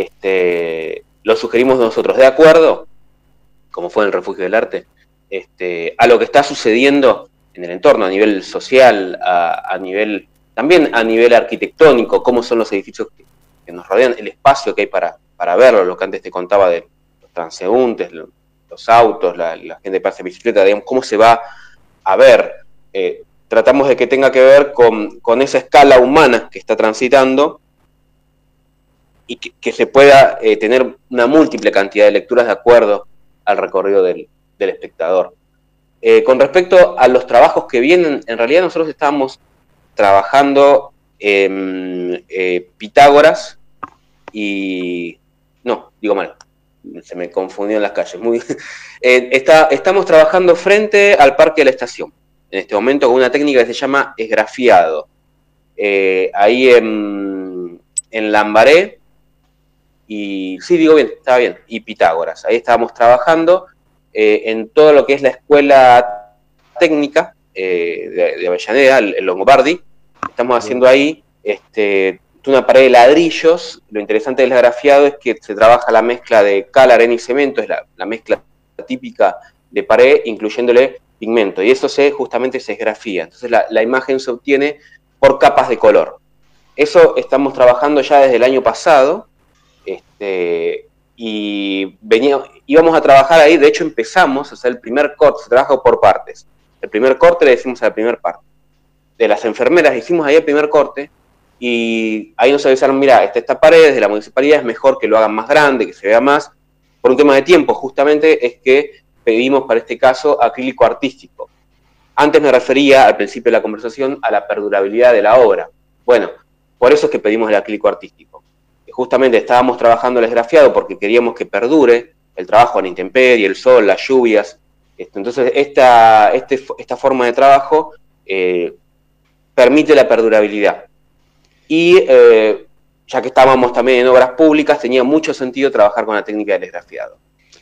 este, los sugerimos nosotros de acuerdo, como fue en el Refugio del Arte, este, a lo que está sucediendo en el entorno, a nivel social, a, a nivel, también a nivel arquitectónico, cómo son los edificios que, que nos rodean, el espacio que hay para, para verlo, lo que antes te contaba de los transeúntes, los, los autos, la, la gente que pasa en bicicleta, digamos, cómo se va a ver. Eh, tratamos de que tenga que ver con, con esa escala humana que está transitando y que, que se pueda eh, tener una múltiple cantidad de lecturas de acuerdo al recorrido del, del espectador. Eh, con respecto a los trabajos que vienen, en realidad nosotros estábamos trabajando en eh, Pitágoras y... no, digo mal, se me confundió en las calles. Muy, eh, está, estamos trabajando frente al Parque de la Estación, en este momento con una técnica que se llama esgrafiado. Eh, ahí en, en Lambaré, y sí, digo bien, estaba bien, y Pitágoras. Ahí estábamos trabajando eh, en todo lo que es la escuela técnica eh, de, de Avellaneda, el, el Longobardi. Estamos haciendo ahí este, una pared de ladrillos. Lo interesante del esgrafiado es que se trabaja la mezcla de cal, arena y cemento, es la, la mezcla típica de pared, incluyéndole pigmento, y eso se justamente se esgrafía. Entonces la, la imagen se obtiene por capas de color. Eso estamos trabajando ya desde el año pasado, este, y venía, íbamos a trabajar ahí. De hecho empezamos a hacer el primer corte, se trabaja por partes. El primer corte le decimos a la primera parte. De las enfermeras hicimos ahí el primer corte, y ahí nos avisaron, mira, esta, esta pared de la municipalidad es mejor que lo hagan más grande, que se vea más, por un tema de tiempo. Justamente es que pedimos para este caso acrílico artístico. Antes me refería, al principio de la conversación, a la perdurabilidad de la obra. Bueno, por eso es que pedimos el acrílico artístico. Justamente estábamos trabajando el esgrafiado porque queríamos que perdure el trabajo en la intemperie, el sol, las lluvias. Entonces, esta, este, esta forma de trabajo eh, permite la perdurabilidad. Y eh, ya que estábamos también en obras públicas, tenía mucho sentido trabajar con la técnica del esgrafiado.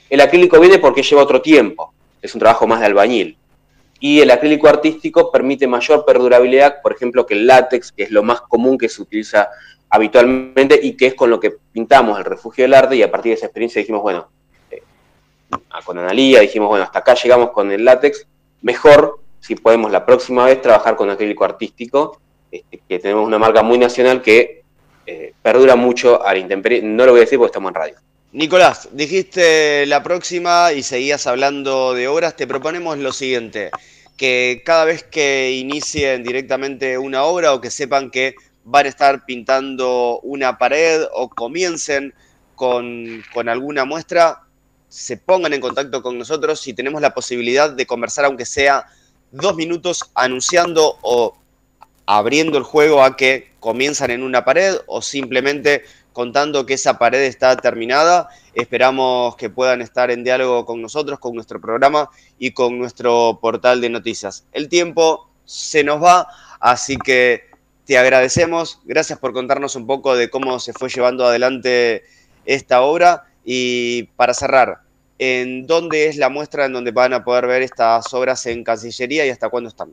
El acrílico viene porque lleva otro tiempo, es un trabajo más de albañil. Y el acrílico artístico permite mayor perdurabilidad, por ejemplo, que el látex, que es lo más común que se utiliza habitualmente y que es con lo que pintamos el Refugio del Arte, y a partir de esa experiencia dijimos, bueno, eh, con Analía dijimos, bueno, hasta acá llegamos con el látex, mejor si podemos la próxima vez trabajar con acrílico artístico, este, que tenemos una marca muy nacional que eh, perdura mucho a la intemperie. No lo voy a decir porque estamos en radio. Nicolás, dijiste la próxima y seguías hablando de obras. Te proponemos lo siguiente, que cada vez que inicien directamente una obra o que sepan que van a estar pintando una pared o comiencen con, con alguna muestra, se pongan en contacto con nosotros si tenemos la posibilidad de conversar, aunque sea dos minutos, anunciando o abriendo el juego a que comienzan en una pared o simplemente contando que esa pared está terminada. Esperamos que puedan estar en diálogo con nosotros, con nuestro programa y con nuestro portal de noticias. El tiempo se nos va, así que te agradecemos. Gracias por contarnos un poco de cómo se fue llevando adelante esta obra. Y para cerrar, ¿en dónde es la muestra en donde van a poder ver estas obras en Cancillería y hasta cuándo están?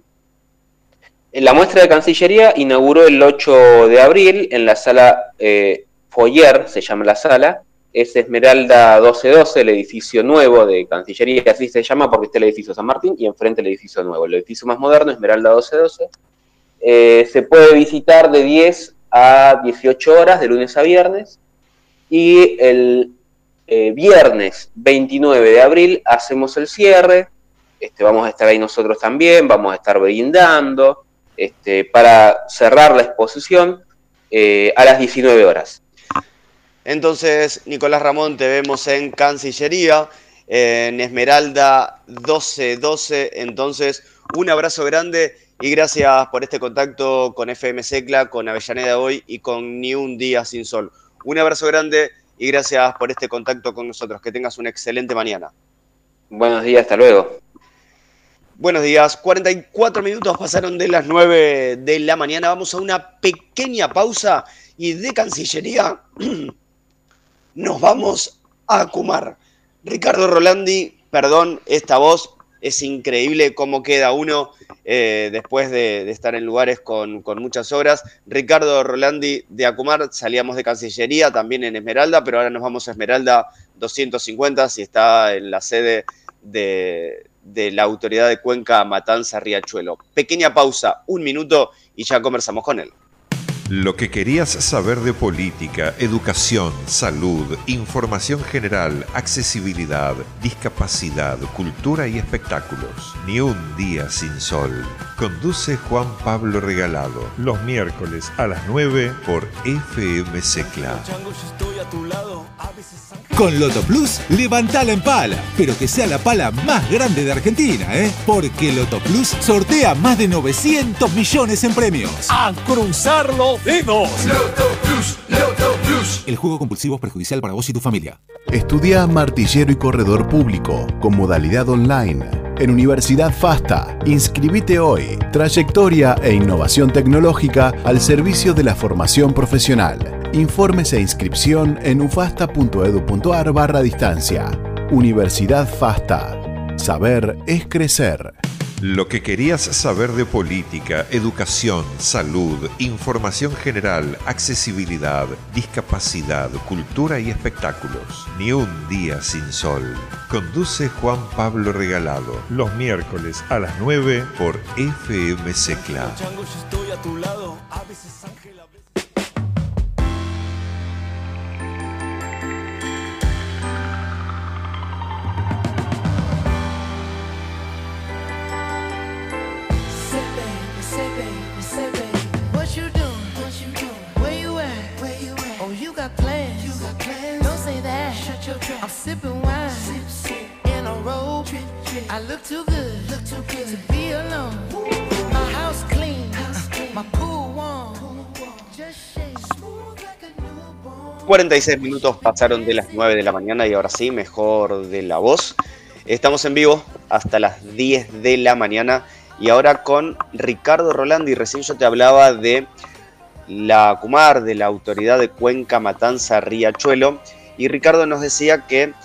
La muestra de Cancillería inauguró el ocho de abril en la sala eh, Foyer, se llama la sala, es Esmeralda doce doce, el edificio nuevo de Cancillería, así se llama porque está el edificio San Martín y enfrente el edificio nuevo, el edificio más moderno, Esmeralda doce doce. Eh, se puede visitar de diez a dieciocho horas, de lunes a viernes, y el eh, viernes veintinueve de abril hacemos el cierre, este, vamos a estar ahí nosotros también, vamos a estar brindando, este, para cerrar la exposición eh, a las diecinueve horas. Entonces, Nicolás Ramón, te vemos en Cancillería, en Esmeralda doce doce. Entonces, un abrazo grande y gracias por este contacto con F M Secla, con Avellaneda Hoy y con Ni un Día Sin Sol. Un abrazo grande y gracias por este contacto con nosotros. Que tengas una excelente mañana. Buenos días, hasta luego. Buenos días, cuarenta y cuatro minutos pasaron de las nueve de la mañana. Vamos a una pequeña pausa y de Cancillería nos vamos a Acumar. Ricardo Rolandi, perdón, esta voz, es increíble cómo queda uno eh, después de, de estar en lugares con, con muchas horas. Ricardo Rolandi de Acumar, salíamos de Cancillería, también en Esmeralda, pero ahora nos vamos a Esmeralda doscientos cincuenta, si está en la sede de, de la Autoridad de Cuenca Matanza Riachuelo. Pequeña pausa, un minuto y ya conversamos con él. Lo que querías saber de política, educación, salud, información general, accesibilidad, discapacidad, cultura y espectáculos. Ni un día sin sol. Conduce Juan Pablo Regalado. Los miércoles a las nueve por F M Secla. Con Loto Plus, levantala en pala, pero que sea la pala más grande de Argentina, ¿eh? Porque Loto Plus sortea más de novecientos millones en premios. ¡A cruzar los dedos! Loto Plus, Loto Plus. El juego compulsivo es perjudicial para vos y tu familia. Estudia martillero y corredor público con modalidad online en Universidad FASTA. Inscribite hoy. Trayectoria e innovación tecnológica al servicio de la formación profesional. Informes e inscripción en ufasta.edu.ar barra distancia. Universidad FASTA. Saber es crecer. Lo que querías saber de política, educación, salud, información general, accesibilidad, discapacidad, cultura y espectáculos. Ni un día sin sol. Conduce Juan Pablo Regalado. Los miércoles a las nueve por F M Secla. I'm sipping wine sip, sip. In a robe. Trip, trip. I look too good, look too good to be alone. Woo. My house clean, house clean. My pool warm. Just shake smooth like a newborn. cuarenta y seis minutos pasaron de las nueve de la mañana y ahora sí, mejor de la voz. Estamos en vivo hasta las diez de la mañana y ahora con Ricardo Rolandi. Recién yo te hablaba de la Acumar, de la Autoridad de Cuenca Matanza Riachuelo. Y Ricardo nos decía que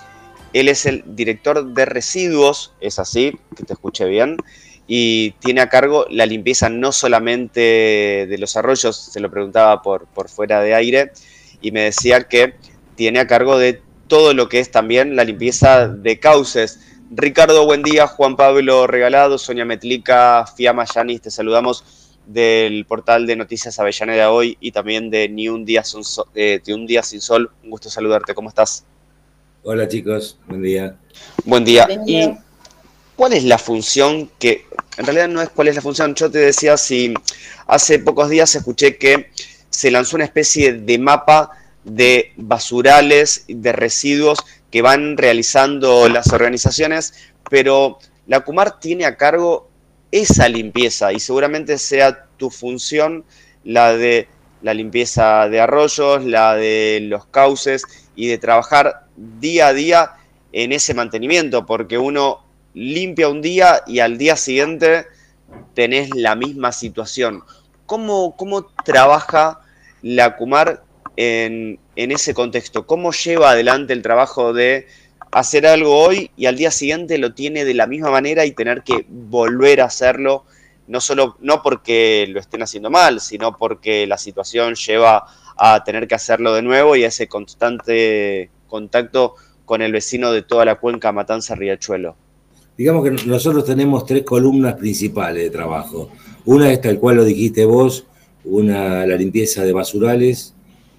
él es el director de residuos, es así, que te escuché bien, y tiene a cargo la limpieza no solamente de los arroyos, se lo preguntaba por, por fuera de aire, y me decía que tiene a cargo de todo lo que es también la limpieza de cauces. Ricardo, buen día. Juan Pablo Regalado, Sonia Metlica, Fiamma Yanis, te saludamos del portal de Noticias Avellaneda Hoy y también de Ni un día sin sol, eh, de un día sin sol. Un gusto saludarte, ¿cómo estás? Hola chicos, buen día. Buen día. ¿Y cuál es la función que, en realidad no es cuál es la función, yo te decía si hace pocos días escuché que se lanzó una especie de mapa de basurales, de residuos que van realizando las organizaciones, pero la CUMAR tiene a cargo esa limpieza y seguramente sea tu función la de la limpieza de arroyos, la de los cauces y de trabajar día a día en ese mantenimiento, porque uno limpia un día y al día siguiente tenés la misma situación. ¿Cómo, cómo trabaja la CUMAR en, en ese contexto? ¿Cómo lleva adelante el trabajo de hacer algo hoy y al día siguiente lo tiene de la misma manera y tener que volver a hacerlo, no solo no porque lo estén haciendo mal, sino porque la situación lleva a tener que hacerlo de nuevo y a ese constante contacto con el vecino de toda la cuenca Matanza-Riachuelo? Digamos que nosotros tenemos tres columnas principales de trabajo. Una es tal cual lo dijiste vos, una la limpieza de basurales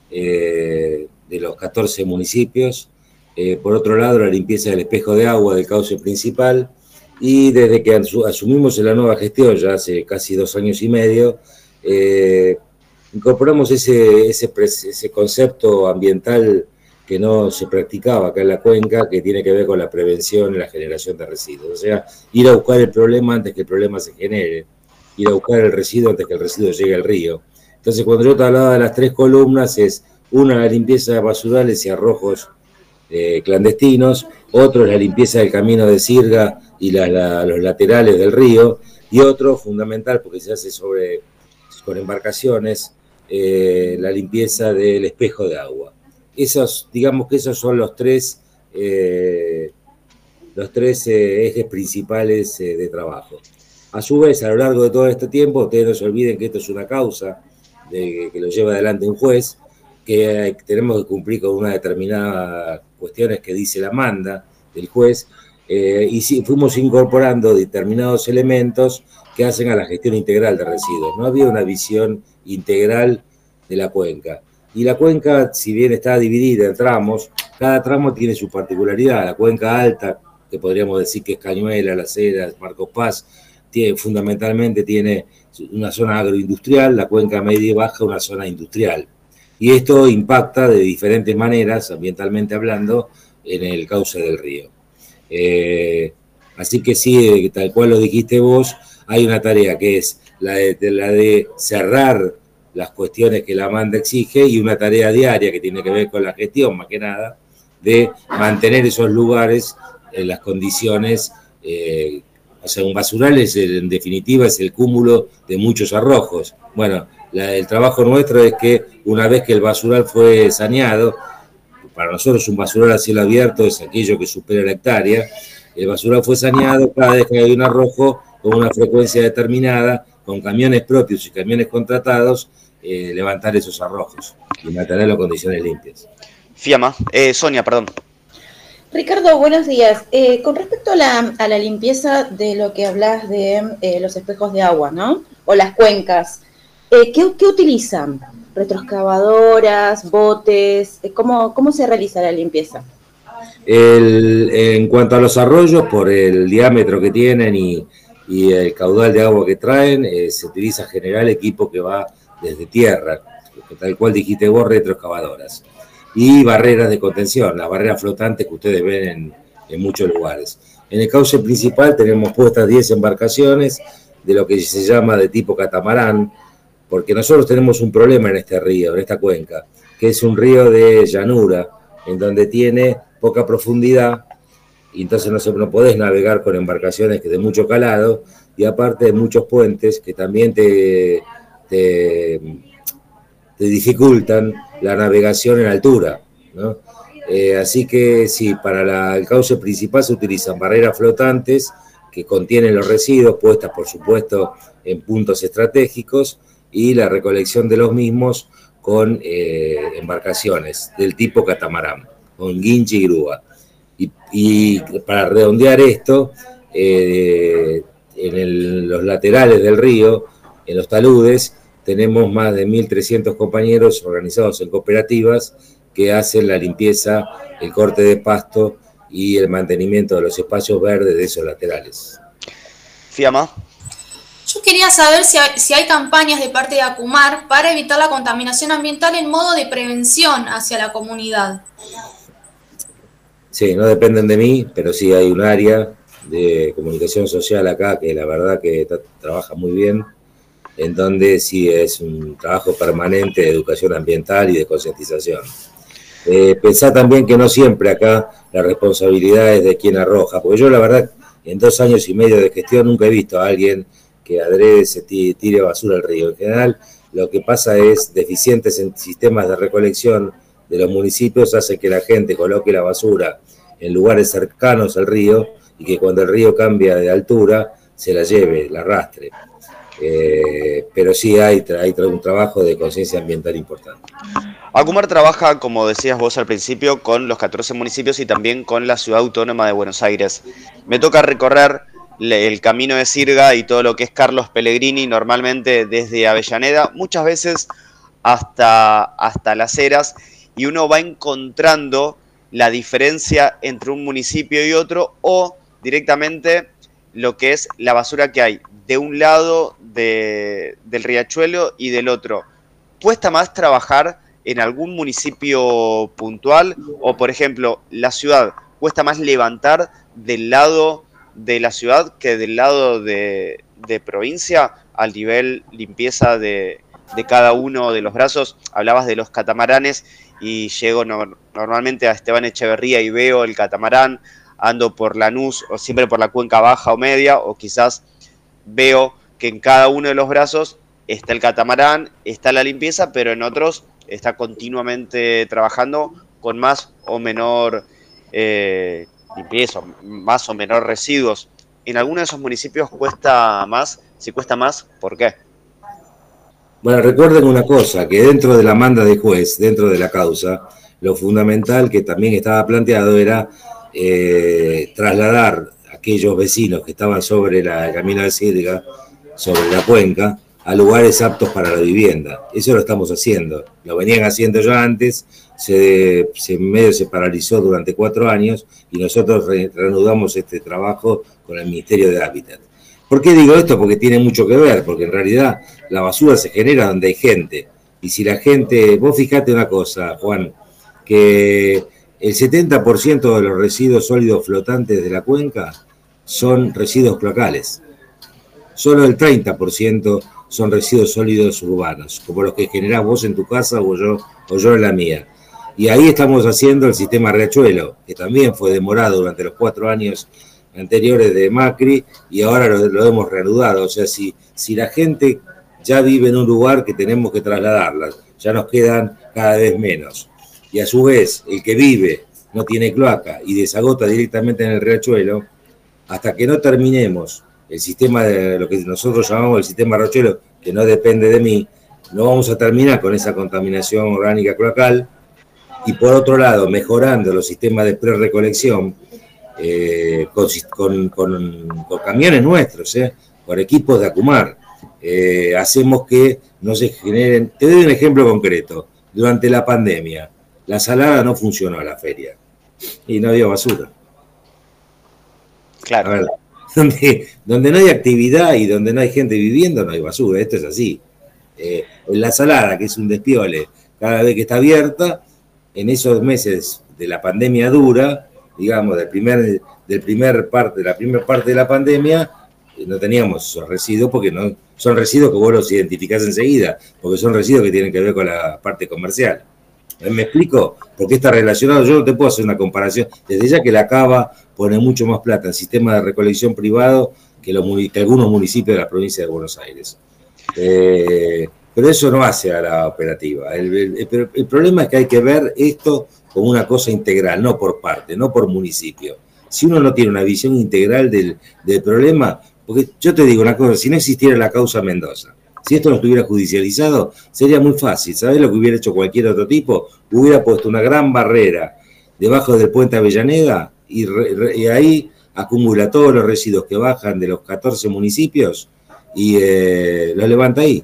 eh, de los catorce municipios. Eh, por otro lado, la limpieza del espejo de agua del cauce principal. Y desde que asumimos en la nueva gestión, ya hace casi dos años y medio, eh, incorporamos ese, ese, ese concepto ambiental que no se practicaba acá en la cuenca, que tiene que ver con la prevención y la generación de residuos. O sea, ir a buscar el problema antes que el problema se genere, ir a buscar el residuo antes que el residuo llegue al río. Entonces, cuando yo te hablaba de las tres columnas, es una la limpieza de basurales y arrojos eh, clandestinos, otro es la limpieza del camino de sirga y la, la, los laterales del río, y otro, fundamental, porque se hace sobre, con embarcaciones, eh, la limpieza del espejo de agua. Esos, digamos que esos son los tres, eh, los tres eh, ejes principales eh, de trabajo. A su vez, a lo largo de todo este tiempo, ustedes no se olviden que esto es una causa de, que lo lleva adelante un juez, que eh, tenemos que cumplir con una determinada cuestiones que dice la manda del juez, eh, y sí, fuimos incorporando determinados elementos que hacen a la gestión integral de residuos. No había una visión integral de la cuenca. Y la cuenca, si bien está dividida en tramos, cada tramo tiene su particularidad. La cuenca alta, que podríamos decir que es Cañuelas, Las Heras, Marcos Paz, tiene, fundamentalmente tiene una zona agroindustrial, la cuenca media y baja una zona industrial. Y esto impacta de diferentes maneras, ambientalmente hablando, en el cauce del río. Eh, así que sí, tal cual lo dijiste vos, hay una tarea que es la de, la de cerrar las cuestiones que la manda exige y una tarea diaria que tiene que ver con la gestión, más que nada, de mantener esos lugares en las condiciones, eh, o sea, un basural es el, en definitiva es el cúmulo de muchos arrojos. Bueno, la, el trabajo nuestro es que una vez que el basural fue saneado, para nosotros un basural a cielo abierto es aquello que supera la hectárea, el basural fue saneado, cada vez que hay un arrojo con una frecuencia determinada, con camiones propios y camiones contratados, eh, levantar esos arrojos y mantener las condiciones limpias. Fiamma, eh, Sonia, perdón. Ricardo, buenos días. Eh, con respecto a la, a la limpieza de lo que hablas de eh, los espejos de agua, ¿no? O las cuencas, eh, ¿qué, ¿qué utilizan? ¿Retroexcavadoras, botes? ¿Cómo, cómo se realiza la limpieza? El, en cuanto a los arroyos, por el diámetro que tienen y, y el caudal de agua que traen, eh, se utiliza en general equipo que va desde tierra, tal cual dijiste vos, retroexcavadoras. Y barreras de contención, las barreras flotantes que ustedes ven en, en muchos lugares. En el cauce principal tenemos puestas diez embarcaciones de lo que se llama de tipo catamarán, porque nosotros tenemos un problema en este río, en esta cuenca, que es un río de llanura, en donde tiene poca profundidad, y entonces no, se, no podés navegar con embarcaciones que de mucho calado, y aparte de muchos puentes que también te, te, te dificultan la navegación en altura, ¿no? Eh, así que sí, para la, el cauce principal se utilizan barreras flotantes que contienen los residuos, puestas por supuesto en puntos estratégicos, y la recolección de los mismos con eh, embarcaciones del tipo catamarán, con guinche y grúa. Y, y para redondear esto, eh, en el, los laterales del río, en los taludes, tenemos más de mil trescientos compañeros organizados en cooperativas que hacen la limpieza, el corte de pasto y el mantenimiento de los espacios verdes de esos laterales. Fiamma. Yo quería saber si hay, si hay campañas de parte de ACUMAR para evitar la contaminación ambiental en modo de prevención hacia la comunidad. Sí, no dependen de mí, pero sí hay un área de comunicación social acá que la verdad que trabaja muy bien, en donde sí es un trabajo permanente de educación ambiental y de concientización. Eh, pensá también que no siempre acá la responsabilidad es de quien arroja, porque yo la verdad en dos años y medio de gestión nunca he visto a alguien que adrede se tire basura al río. En general lo que pasa es deficientes en sistemas de recolección de los municipios hace que la gente coloque la basura en lugares cercanos al río y que cuando el río cambia de altura se la lleve, la arrastre. Eh, pero sí hay, hay un trabajo de conciencia ambiental importante. ACUMAR trabaja, como decías vos al principio, con los catorce municipios y también con la Ciudad Autónoma de Buenos Aires. Me toca recorrer el camino de Sirga y todo lo que es Carlos Pellegrini, normalmente desde Avellaneda, muchas veces hasta, hasta Las Heras, y uno va encontrando la diferencia entre un municipio y otro, o directamente lo que es la basura que hay de un lado de, del riachuelo y del otro. ¿Cuesta más trabajar en algún municipio puntual? O, por ejemplo, la ciudad, ¿cuesta más levantar del lado de la ciudad que del lado de, de provincia al nivel limpieza de, de cada uno de los brazos? Hablabas de los catamaranes y llego no, normalmente a Esteban Echeverría y veo el catamarán, ando por Lanús o siempre por la cuenca baja o media, o quizás veo que en cada uno de los brazos está el catamarán, está la limpieza, pero en otros está continuamente trabajando con más o menor eh, limpieza, más o menor residuos. ¿En alguno de esos municipios cuesta más? Si cuesta más, ¿por qué? Bueno, recuerden una cosa, que dentro de la manda de juez, dentro de la causa, lo fundamental que también estaba planteado era eh, trasladar a aquellos vecinos que estaban sobre la, el camino de Sirga, sobre la cuenca, a lugares aptos para la vivienda. Eso lo estamos haciendo. Lo venían haciendo ya antes, se, se medio se paralizó durante cuatro años y nosotros re, reanudamos este trabajo con el Ministerio de Hábitat. ¿Por qué digo esto? Porque tiene mucho que ver, porque en realidad la basura se genera donde hay gente. Y si la gente, vos fijate una cosa, Juan, que el setenta por ciento de los residuos sólidos flotantes de la cuenca son residuos cloacales. Solo el treinta por ciento son residuos sólidos urbanos, como los que generás vos en tu casa o yo, o yo en la mía. Y ahí estamos haciendo el sistema Riachuelo, que también fue demorado durante los cuatro años anteriores de Macri y ahora lo, lo hemos reanudado. O sea, si, si la gente ya vive en un lugar que tenemos que trasladarla, ya nos quedan cada vez menos. Y a su vez, el que vive no tiene cloaca y desagota directamente en el riachuelo, hasta que no terminemos el sistema de lo que nosotros llamamos el sistema riachuelo, que no depende de mí, no vamos a terminar con esa contaminación orgánica cloacal. Y por otro lado, mejorando los sistemas de pre-recolección, eh, con, con, con, con camiones nuestros, eh, con equipos de ACUMAR, eh, hacemos que no se generen. Te doy un ejemplo concreto. Durante la pandemia, la salada no funcionó a la feria y no había basura. Claro. A ver, donde, donde no hay actividad y donde no hay gente viviendo, no hay basura. Esto es así. Eh, en la salada, que es un despiole, cada vez que está abierta, en esos meses de la pandemia dura, digamos, del primer, del primer parte, de la primera parte de la pandemia, no teníamos esos residuos porque no son residuos que vos los identificás enseguida, porque son residuos que tienen que ver con la parte comercial. ¿Me explico? Porque está relacionado, yo no te puedo hacer una comparación, desde ya que la Cava pone mucho más plata en sistema de recolección privado que, los, que algunos municipios de la provincia de Buenos Aires. Eh, pero eso no hace a la operativa. El, el, el, el problema es que hay que ver esto como una cosa integral, no por parte, no por municipio. Si uno no tiene una visión integral del, del problema, porque yo te digo una cosa, si no existiera la causa Mendoza, si esto no estuviera judicializado, sería muy fácil. ¿Sabés lo que hubiera hecho cualquier otro tipo? Hubiera puesto una gran barrera debajo del puente Avellaneda y, re, re, y ahí acumula todos los residuos que bajan de los catorce municipios y eh, los levanta ahí.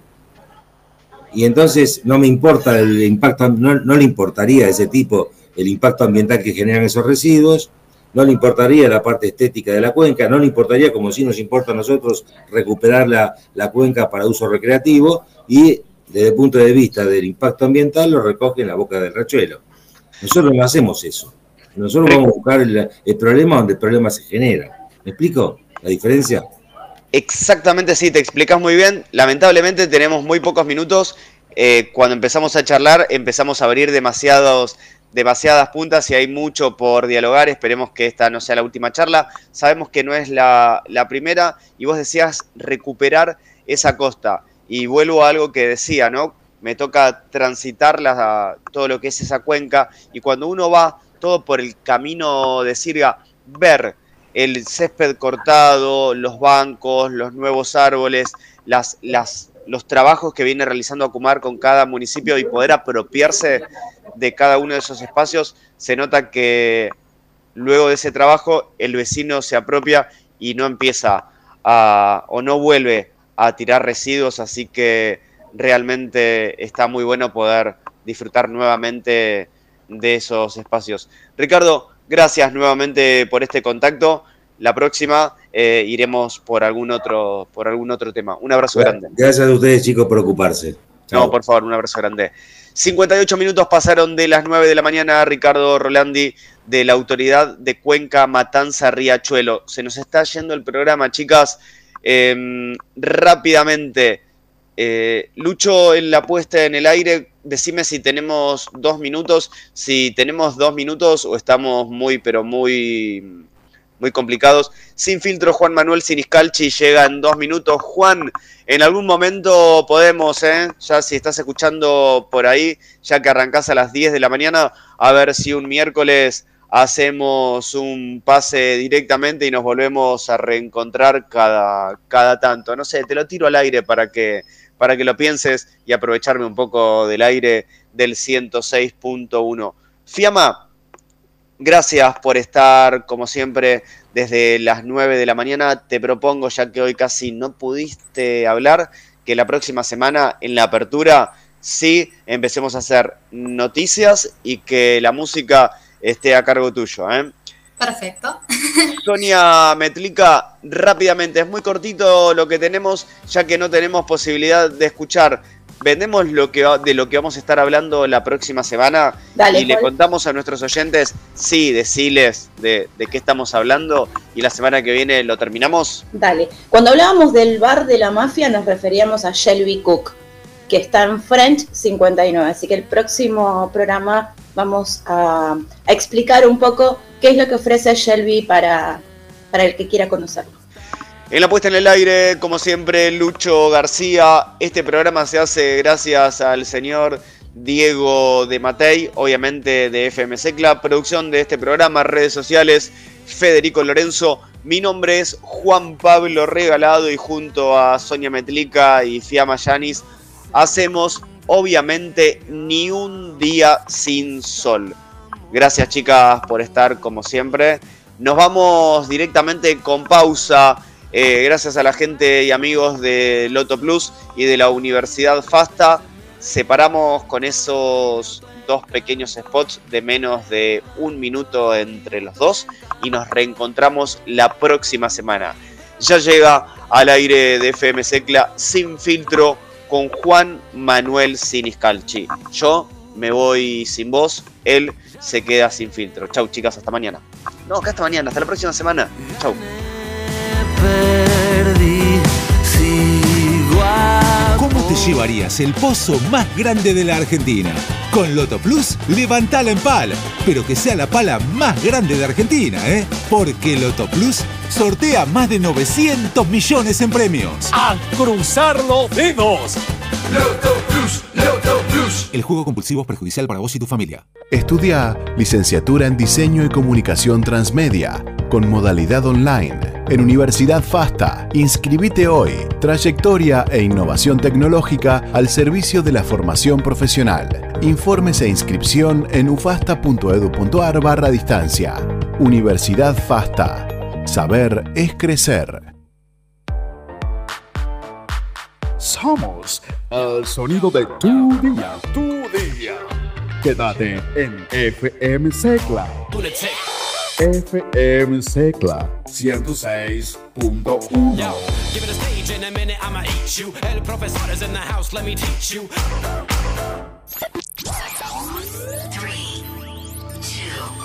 Y entonces no me importa el impacto, no, no le importaría a ese tipo el impacto ambiental que generan esos residuos, no le importaría la parte estética de la cuenca, no le importaría, como si nos importa a nosotros, recuperar la, la cuenca para uso recreativo, y desde el punto de vista del impacto ambiental lo recoge en la boca del riachuelo. Nosotros no hacemos eso. Nosotros vamos a buscar el, el problema donde el problema se genera. ¿Me explico la diferencia? Exactamente, sí, te explicas muy bien. Lamentablemente tenemos muy pocos minutos. Eh, cuando empezamos a charlar empezamos a abrir demasiados... demasiadas puntas y hay mucho por dialogar. Esperemos que esta no sea la última charla. Sabemos que no es la, la primera, y vos decías recuperar esa costa. Y vuelvo a algo que decía, ¿no? Me toca transitar la, todo lo que es esa cuenca, y cuando uno va todo por el camino de Sirga, ver el césped cortado, los bancos, los nuevos árboles, las, las, los trabajos que viene realizando Acumar con cada municipio y poder apropiarse de cada uno de esos espacios, se nota que luego de ese trabajo el vecino se apropia y no empieza a, o no vuelve a tirar residuos, así que realmente está muy bueno poder disfrutar nuevamente de esos espacios. Ricardo, gracias nuevamente por este contacto. La próxima eh, iremos por algún otro por algún otro tema. Un abrazo Gracias, grande. Gracias a ustedes, chicos, por ocuparse. Chao. No, por favor, un abrazo grande. cincuenta y ocho minutos pasaron de las nueve de la mañana. Ricardo Rolandi, de la Autoridad de Cuenca Matanza Riachuelo. Se nos está yendo el programa, chicas. Eh, rápidamente, eh, Lucho, en la puesta en el aire, decime si tenemos dos minutos. Si tenemos dos minutos o estamos muy, pero muy... muy complicados. Sin filtro, Juan Manuel Siniscalchi llega en dos minutos. Juan, en algún momento podemos, ¿eh? Ya si estás escuchando por ahí, ya que arrancás a las diez de la mañana, a ver si un miércoles hacemos un pase directamente y nos volvemos a reencontrar cada, cada tanto. No sé, te lo tiro al aire para que, para que lo pienses y aprovecharme un poco del aire del ciento seis punto uno. Fiamma, gracias por estar, como siempre, desde las nueve de la mañana. Te propongo, ya que hoy casi no pudiste hablar, que la próxima semana, en la apertura, sí empecemos a hacer noticias y que la música esté a cargo tuyo, ¿eh? Perfecto. Sonia Metlica, rápidamente, es muy cortito lo que tenemos, ya que no tenemos posibilidad de escuchar. Vendemos lo que, de lo que vamos a estar hablando la próxima semana. Dale, y le contamos a nuestros oyentes, sí, deciles de, de qué estamos hablando, y la semana que viene lo terminamos. Dale. Cuando hablábamos del bar de la mafia nos referíamos a Shelby Cook, que está en French cincuenta y nueve, así que el próximo programa vamos a, a explicar un poco qué es lo que ofrece Shelby para, para el que quiera conocerlo. En la puesta en el aire, como siempre, Lucho García. Este programa se hace gracias al señor Diego de Matei, obviamente de F M Secla. Producción de este programa, redes sociales, Federico Lorenzo. Mi nombre es Juan Pablo Regalado y junto a Sonia Metlica y Fiamma Yanis hacemos, obviamente, Ni un día sin sol. Gracias, chicas, por estar como siempre. Nos vamos directamente con pausa. Eh, gracias a la gente y amigos de Loto Plus y de la Universidad FASTA, separamos con esos dos pequeños spots de menos de un minuto entre los dos y nos reencontramos la próxima semana. Ya llega al aire de F M Secla Sin Filtro con Juan Manuel Siniscalchi. Yo me voy sin voz, él se queda sin filtro. Chau, chicas, hasta mañana. No, acá hasta mañana, hasta la próxima semana. Chau. ¿Cómo te llevarías el pozo más grande de la Argentina? Con Loto Plus, levantala en pala, pero que sea la pala más grande de Argentina, ¿eh? Porque Loto Plus sortea más de novecientos millones en premios. ¡A cruzar los dedos! Loto Plus, Loto Plus. El juego compulsivo es perjudicial para vos y tu familia. Estudia licenciatura en Diseño y Comunicación Transmedia con modalidad online en Universidad FASTA. Inscribite hoy. Trayectoria e innovación tecnológica al servicio de la formación profesional. Informes e inscripción en ufasta.edu.ar barra distancia. Universidad FASTA. Saber es crecer. Somos el sonido de tu día, tu día. Quédate en F M Secla. F M Secla ciento seis punto uno. Three.